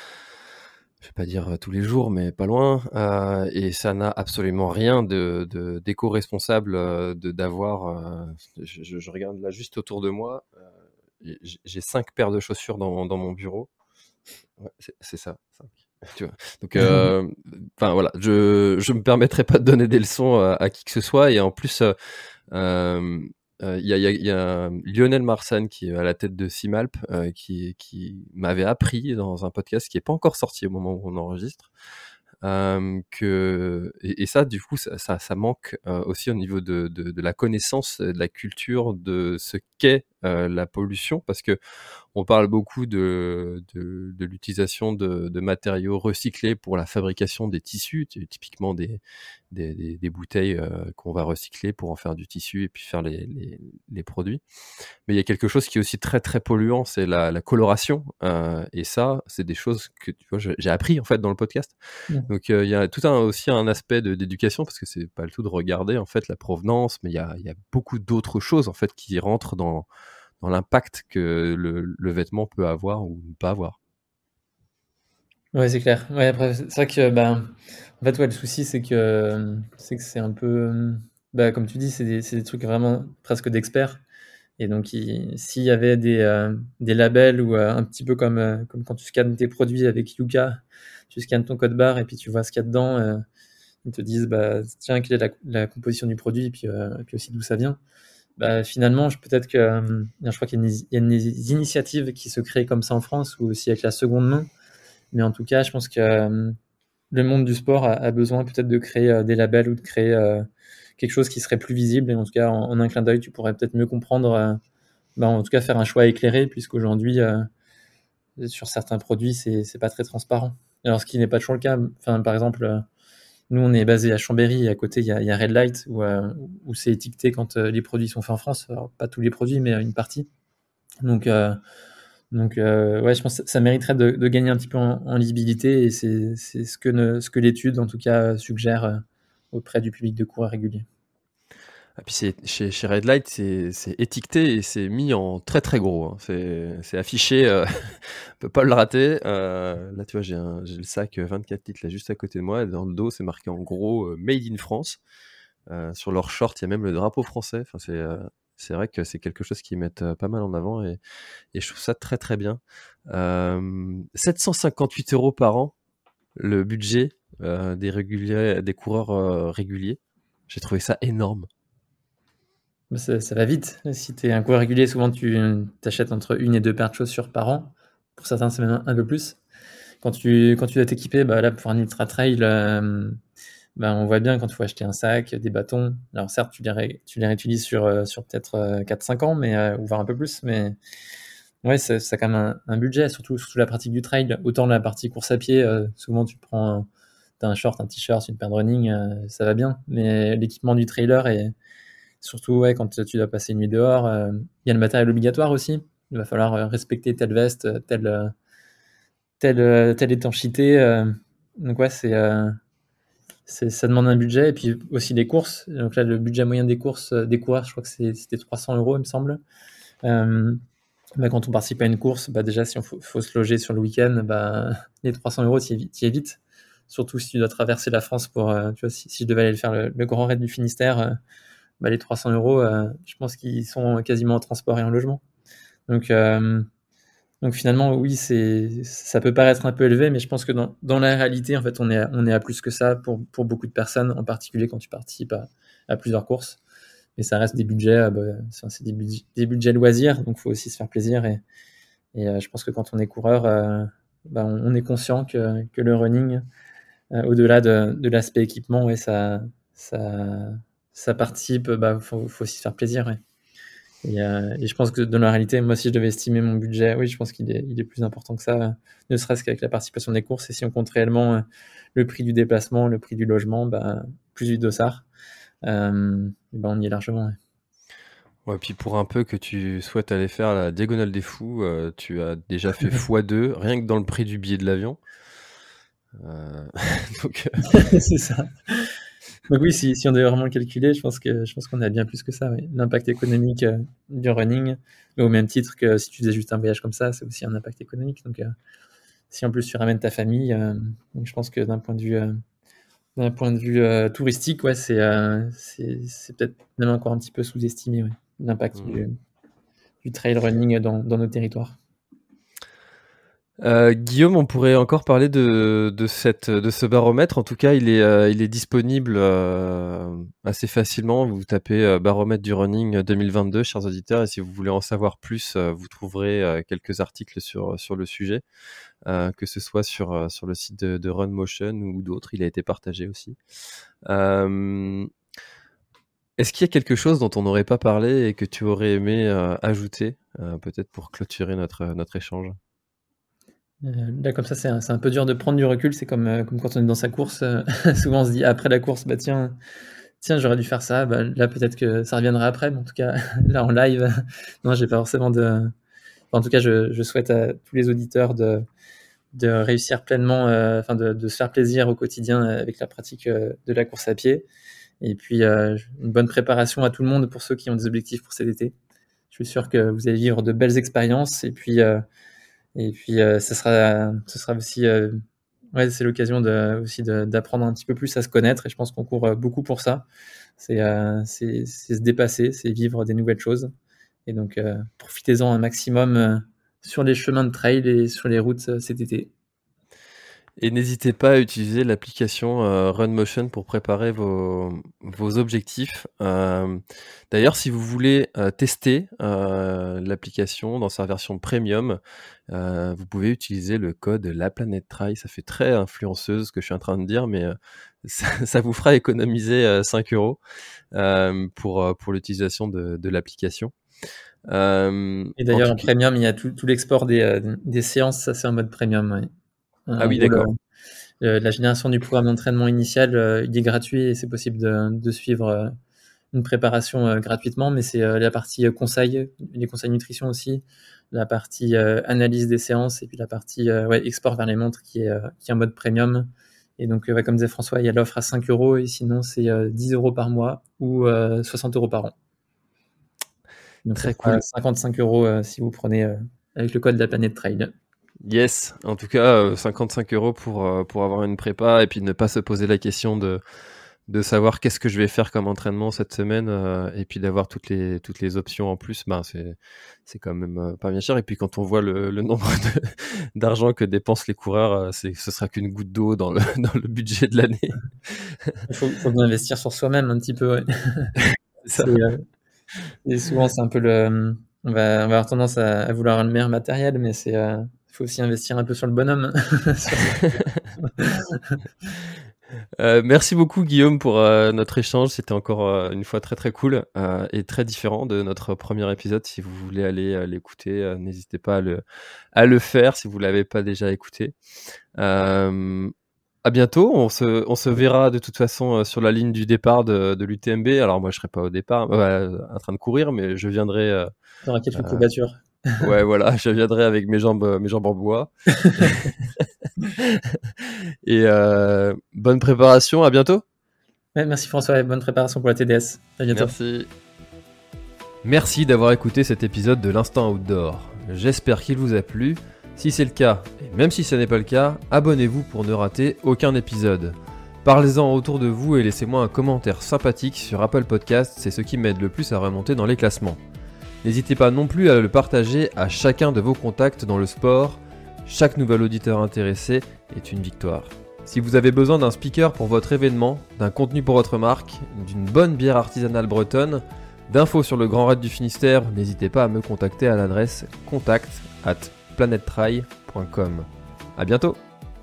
je vais pas dire euh, tous les jours, mais pas loin, euh, et ça n'a absolument rien de, de d'éco-responsable euh, de d'avoir. Euh, je, je- je regarde là juste autour de moi, euh, j'ai j'ai cinq paires de chaussures dans, dans mon bureau. Ouais, c'est, c'est ça, cinq. Tu vois. Donc, euh, enfin voilà, je je me permettrai pas de donner des leçons à, à qui que ce soit. Et en plus, euh, euh, euh, il y a, il y a- il y a Lionel Marsan qui est à la tête de Simalp, euh, qui qui m'avait appris dans un podcast qui est pas encore sorti au moment où on enregistre. Euh, que et, et ça du coup ça, ça, ça manque euh, aussi au niveau de, de, de la connaissance, de la culture de ce qu'est euh, la pollution, parce que on parle beaucoup de, de, de l'utilisation de, de matériaux recyclés pour la fabrication des tissus, typiquement des, des, des, des bouteilles euh, qu'on va recycler pour en faire du tissu et puis faire les, les, les produits. Mais il y a quelque chose qui est aussi très très polluant, c'est la, la coloration. Euh, et ça, c'est des choses que tu vois, j'ai appris en fait dans le podcast. Mmh. Donc euh, il y a tout un, aussi un aspect de, d'éducation, parce que c'est pas le tout de regarder en fait la provenance, mais il y a, il y a beaucoup d'autres choses en fait qui rentrent dans dans l'impact que le, le vêtement peut avoir ou ne pas avoir. Ouais, c'est clair. Ouais, après, c'est vrai que, ben, en fait, ouais, le souci, c'est que, c'est que c'est un peu, bah, comme tu dis, c'est des, c'est des trucs vraiment presque d'experts. Et donc, il, s'il y avait des, euh, des labels ou euh, un petit peu comme, euh, comme quand tu scannes tes produits avec Yuka, tu scannes ton code barre et puis tu vois ce qu'il y a dedans. Euh, ils te disent, bah, tiens, quelle est la, la composition du produit et puis, euh, et puis aussi d'où ça vient. Bah, finalement, je, peut-être que euh, je crois qu'il y a, une, il y a une initiative qui se crée comme ça en France ou aussi avec la seconde main. Mais en tout cas, je pense que euh, le monde du sport a, a besoin peut-être de créer euh, des labels ou de créer euh, quelque chose qui serait plus visible. Et en tout cas, en, en un clin d'œil, tu pourrais peut-être mieux comprendre, euh, bah, en tout cas, faire un choix éclairé, puisqu'aujourd'hui, euh, sur certains produits, c'est, c'est pas très transparent. Alors, ce qui n'est pas toujours le cas. Enfin, par exemple, euh, nous, on est basé à Chambéry et à côté, il y a, il y a Red Light où, euh, où c'est étiqueté quand euh, les produits sont faits en France. Alors, pas tous les produits, mais une partie. Donc, euh, donc euh, ouais, je pense que ça mériterait de, de gagner un petit peu en, en lisibilité et c'est, c'est ce que, ne, ce que l'étude, en tout cas, suggère euh, auprès du public de coureurs réguliers. Ah, puis c'est, chez, chez Red Light, c'est, c'est étiqueté et c'est mis en très très gros. Hein. C'est, c'est affiché, euh, on peut pas le rater. Euh, là, tu vois, j'ai, un, j'ai le sac vingt-quatre litres là, juste à côté de moi. Et dans le dos, c'est marqué en gros euh, Made in France. Euh, sur leur short, il y a même le drapeau français. Enfin, c'est, euh, c'est vrai que c'est quelque chose qu'ils mettent euh, pas mal en avant et, et je trouve ça très très bien. Euh, sept cent cinquante-huit euros par an, le budget euh, des, réguliers, des coureurs euh, réguliers. J'ai trouvé ça énorme. Ça, ça va vite. Si tu es un coureur régulier, souvent tu achètes entre une et deux paires de chaussures par an. Pour certains, c'est même un peu plus. Quand tu, quand tu dois t'équiper, bah là, pour un ultra trail, euh, bah, on voit bien quand il faut acheter un sac, des bâtons. Alors certes, tu les, ré, tu les réutilises sur, euh, sur peut-être euh, quatre cinq ans, mais, euh, ou voire un peu plus, mais ouais, ça, ça a quand même un, un budget, surtout, surtout la pratique du trail. Autant la partie course à pied, euh, souvent tu prends t'as un short, un t-shirt, une paire de running, euh, ça va bien. Mais l'équipement du trailer, et surtout ouais, quand tu dois passer une nuit dehors, il euh, y a le matériel obligatoire aussi. Il va falloir euh, respecter telle veste, telle, euh, telle, telle étanchéité. Euh, donc ouais, c'est... Euh, C'est, ça demande un budget et puis aussi des courses. Donc là, le budget moyen des courses des coureurs, je crois que c'est, c'était trois cents euros, il me semble. Euh, bah, quand on participe à une course, bah déjà, si on faut, faut se loger sur le week-end, bah, les trois cents euros, tu y es vite. Surtout si tu dois traverser la France pour, euh, tu vois, si, si je devais aller faire le, le grand raid du Finistère, euh, bah, les trois cents euros, euh, je pense qu'ils sont quasiment en transport et en logement. Donc, euh, donc finalement, oui, c'est, ça peut paraître un peu élevé, mais je pense que dans, dans la réalité, en fait, on est à, on est à plus que ça pour, pour beaucoup de personnes, en particulier quand tu participes à, à plusieurs courses. Mais ça reste des budgets, bah, c'est des budgets, des budgets loisirs, donc il faut aussi se faire plaisir. Et, et euh, je pense que quand on est coureur, euh, bah, on, on est conscient que, que le running, euh, au-delà de, de l'aspect équipement, ouais, ça, ça, ça participe, bah, faut, faut aussi se faire plaisir. Ouais. Et, euh, et je pense que dans la réalité, moi, si je devais estimer mon budget, oui, je pense qu'il est, il est plus important que ça, euh, ne serait-ce qu'avec la participation des courses. Et si on compte réellement euh, le prix du déplacement, le prix du logement, bah, plus du dossard, euh, et ben on y est largement. Ouais. Ouais, puis pour un peu que tu souhaites aller faire la Diagonale des Fous, euh, tu as déjà fait fois deux, rien que dans le prix du billet de l'avion. Euh, donc, c'est ça. Donc oui, si, si on devait vraiment le calculer, je pense que je pense qu'on a bien plus que ça. Oui. L'impact économique euh, du running, au même titre que si tu faisais juste un voyage comme ça, c'est aussi un impact économique. Donc euh, si en plus tu ramènes ta famille, euh, donc je pense que d'un point de vue euh, d'un point de vue euh, touristique, ouais, c'est, euh, c'est c'est peut-être même encore un petit peu sous-estimé, ouais, l'impact mmh. du, du trail running dans, dans nos territoires. Euh, Guillaume, on pourrait encore parler de, de, cette, de ce baromètre. En tout cas, il est, euh, il est disponible euh, assez facilement. Vous tapez euh, baromètre du running deux mille vingt-deux, chers auditeurs, et si vous voulez en savoir plus, euh, vous trouverez euh, quelques articles sur, sur le sujet, euh, que ce soit sur, euh, sur le site de, de RunMotion ou d'autres. Il a été partagé aussi. Euh, Est-ce qu'il y a quelque chose dont on n'aurait pas parlé et que tu aurais aimé euh, ajouter, euh, peut-être pour clôturer notre, notre échange? Euh, là, comme ça, c'est un, c'est un peu dur de prendre du recul. C'est comme, euh, comme quand on est dans sa course. Euh, souvent, on se dit après la course, bah tiens, tiens, j'aurais dû faire ça. Bah, là, peut-être que ça reviendra après. Mais en tout cas, là, en live, non, j'ai pas forcément de. Enfin, en tout cas, je, je souhaite à tous les auditeurs de, de réussir pleinement, euh, enfin, de, de se faire plaisir au quotidien avec la pratique euh, de la course à pied. Et puis, euh, une bonne préparation à tout le monde pour ceux qui ont des objectifs pour cet été. Je suis sûr que vous allez vivre de belles expériences. Et puis, euh, et puis, euh, ce sera, ce sera aussi, euh, ouais, c'est l'occasion de, aussi de, d'apprendre un petit peu plus à se connaître. Et je pense qu'on court beaucoup pour ça. C'est, euh, c'est, c'est se dépasser, c'est vivre des nouvelles choses. Et donc, euh, profitez-en un maximum euh, sur les chemins de trail et sur les routes euh, cet été. Et n'hésitez pas à utiliser l'application euh, RunMotion pour préparer vos, vos objectifs. Euh, d'ailleurs, si vous voulez euh, tester euh, l'application dans sa version premium, euh, vous pouvez utiliser le code LaPlanèteTrail. Ça fait très influenceuse ce que je suis en train de dire, mais euh, ça, ça vous fera économiser euh, cinq euros euh, pour, pour l'utilisation de, de l'application. Euh, Et d'ailleurs, en, en premium, il y a tout, tout l'export des, euh, des séances, ça c'est en mode premium. Ouais. Ah oui, d'accord. Le, la génération du programme d'entraînement initial, euh, il est gratuit et c'est possible de, de suivre euh, une préparation euh, gratuitement, mais c'est euh, la partie euh, conseil, les conseils nutrition aussi, la partie euh, analyse des séances et puis la partie euh, ouais, export vers les montres qui est, euh, qui est en mode premium. Et donc, euh, ouais, comme disait François, il y a l'offre à cinq euros et sinon c'est euh, dix euros par mois ou euh, soixante euros par an. Donc, très cool. cinquante-cinq euros euh, si vous prenez euh, avec le code de la planète trail. Yes, en tout cas, euh, cinquante-cinq euros pour, euh, pour avoir une prépa et puis ne pas se poser la question de, de savoir qu'est-ce que je vais faire comme entraînement cette semaine euh, et puis d'avoir toutes les, toutes les options en plus, ben c'est, c'est quand même euh, pas bien cher. Et puis quand on voit le, le nombre de, d'argent que dépensent les coureurs, euh, c'est, ce sera qu'une goutte d'eau dans le, dans le budget de l'année. Il faut, faut bien investir sur soi-même un petit peu, ouais. C'est ça. Et, euh, et souvent, c'est un peu le... On va, on va avoir tendance à, à vouloir le meilleur matériel, mais c'est... Euh... Il faut aussi investir un peu sur le bonhomme. euh, merci beaucoup Guillaume pour euh, notre échange. C'était encore euh, une fois très très cool euh, et très différent de notre premier épisode. Si vous voulez aller euh, l'écouter, euh, n'hésitez pas à le, à le faire si vous ne l'avez pas déjà écouté. Euh, à bientôt. On se, on se verra de toute façon euh, sur la ligne du départ de, de l'U T M B. Alors moi je ne serai pas au départ euh, en train de courir, mais je viendrai... Euh, tu auras quelques courbatures. Ouais, voilà, je viendrai avec mes jambes, mes jambes en bois. Et euh, bonne préparation, à bientôt. Ouais, merci François, et bonne préparation pour la T D S. À bientôt. Merci. Merci d'avoir écouté cet épisode de l'Instant Outdoor. J'espère qu'il vous a plu. Si c'est le cas, et même si ce n'est pas le cas, abonnez-vous pour ne rater aucun épisode. Parlez-en autour de vous et laissez-moi un commentaire sympathique sur Apple Podcasts, c'est ce qui m'aide le plus à remonter dans les classements. N'hésitez pas non plus à le partager à chacun de vos contacts dans le sport. Chaque nouvel auditeur intéressé est une victoire. Si vous avez besoin d'un speaker pour votre événement, d'un contenu pour votre marque, d'une bonne bière artisanale bretonne, d'infos sur le Grand Raid du Finistère, n'hésitez pas à me contacter à l'adresse contact arobase planettrail point com. À bientôt.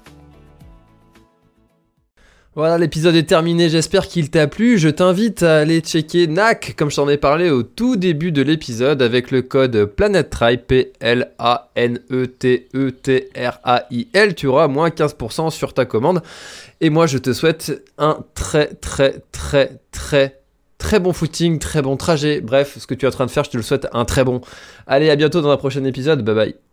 Voilà, l'épisode est terminé, j'espère qu'il t'a plu. Je t'invite à aller checker N A C, comme je t'en ai parlé au tout début de l'épisode, avec le code PlanetTrail, P L A N E T E T R A I L. Tu auras moins quinze pour cent sur ta commande. Et moi, je te souhaite un très, très, très, très, très bon footing, très bon trajet. Bref, ce que tu es en train de faire, je te le souhaite un très bon. Allez, à bientôt dans un prochain épisode. Bye bye.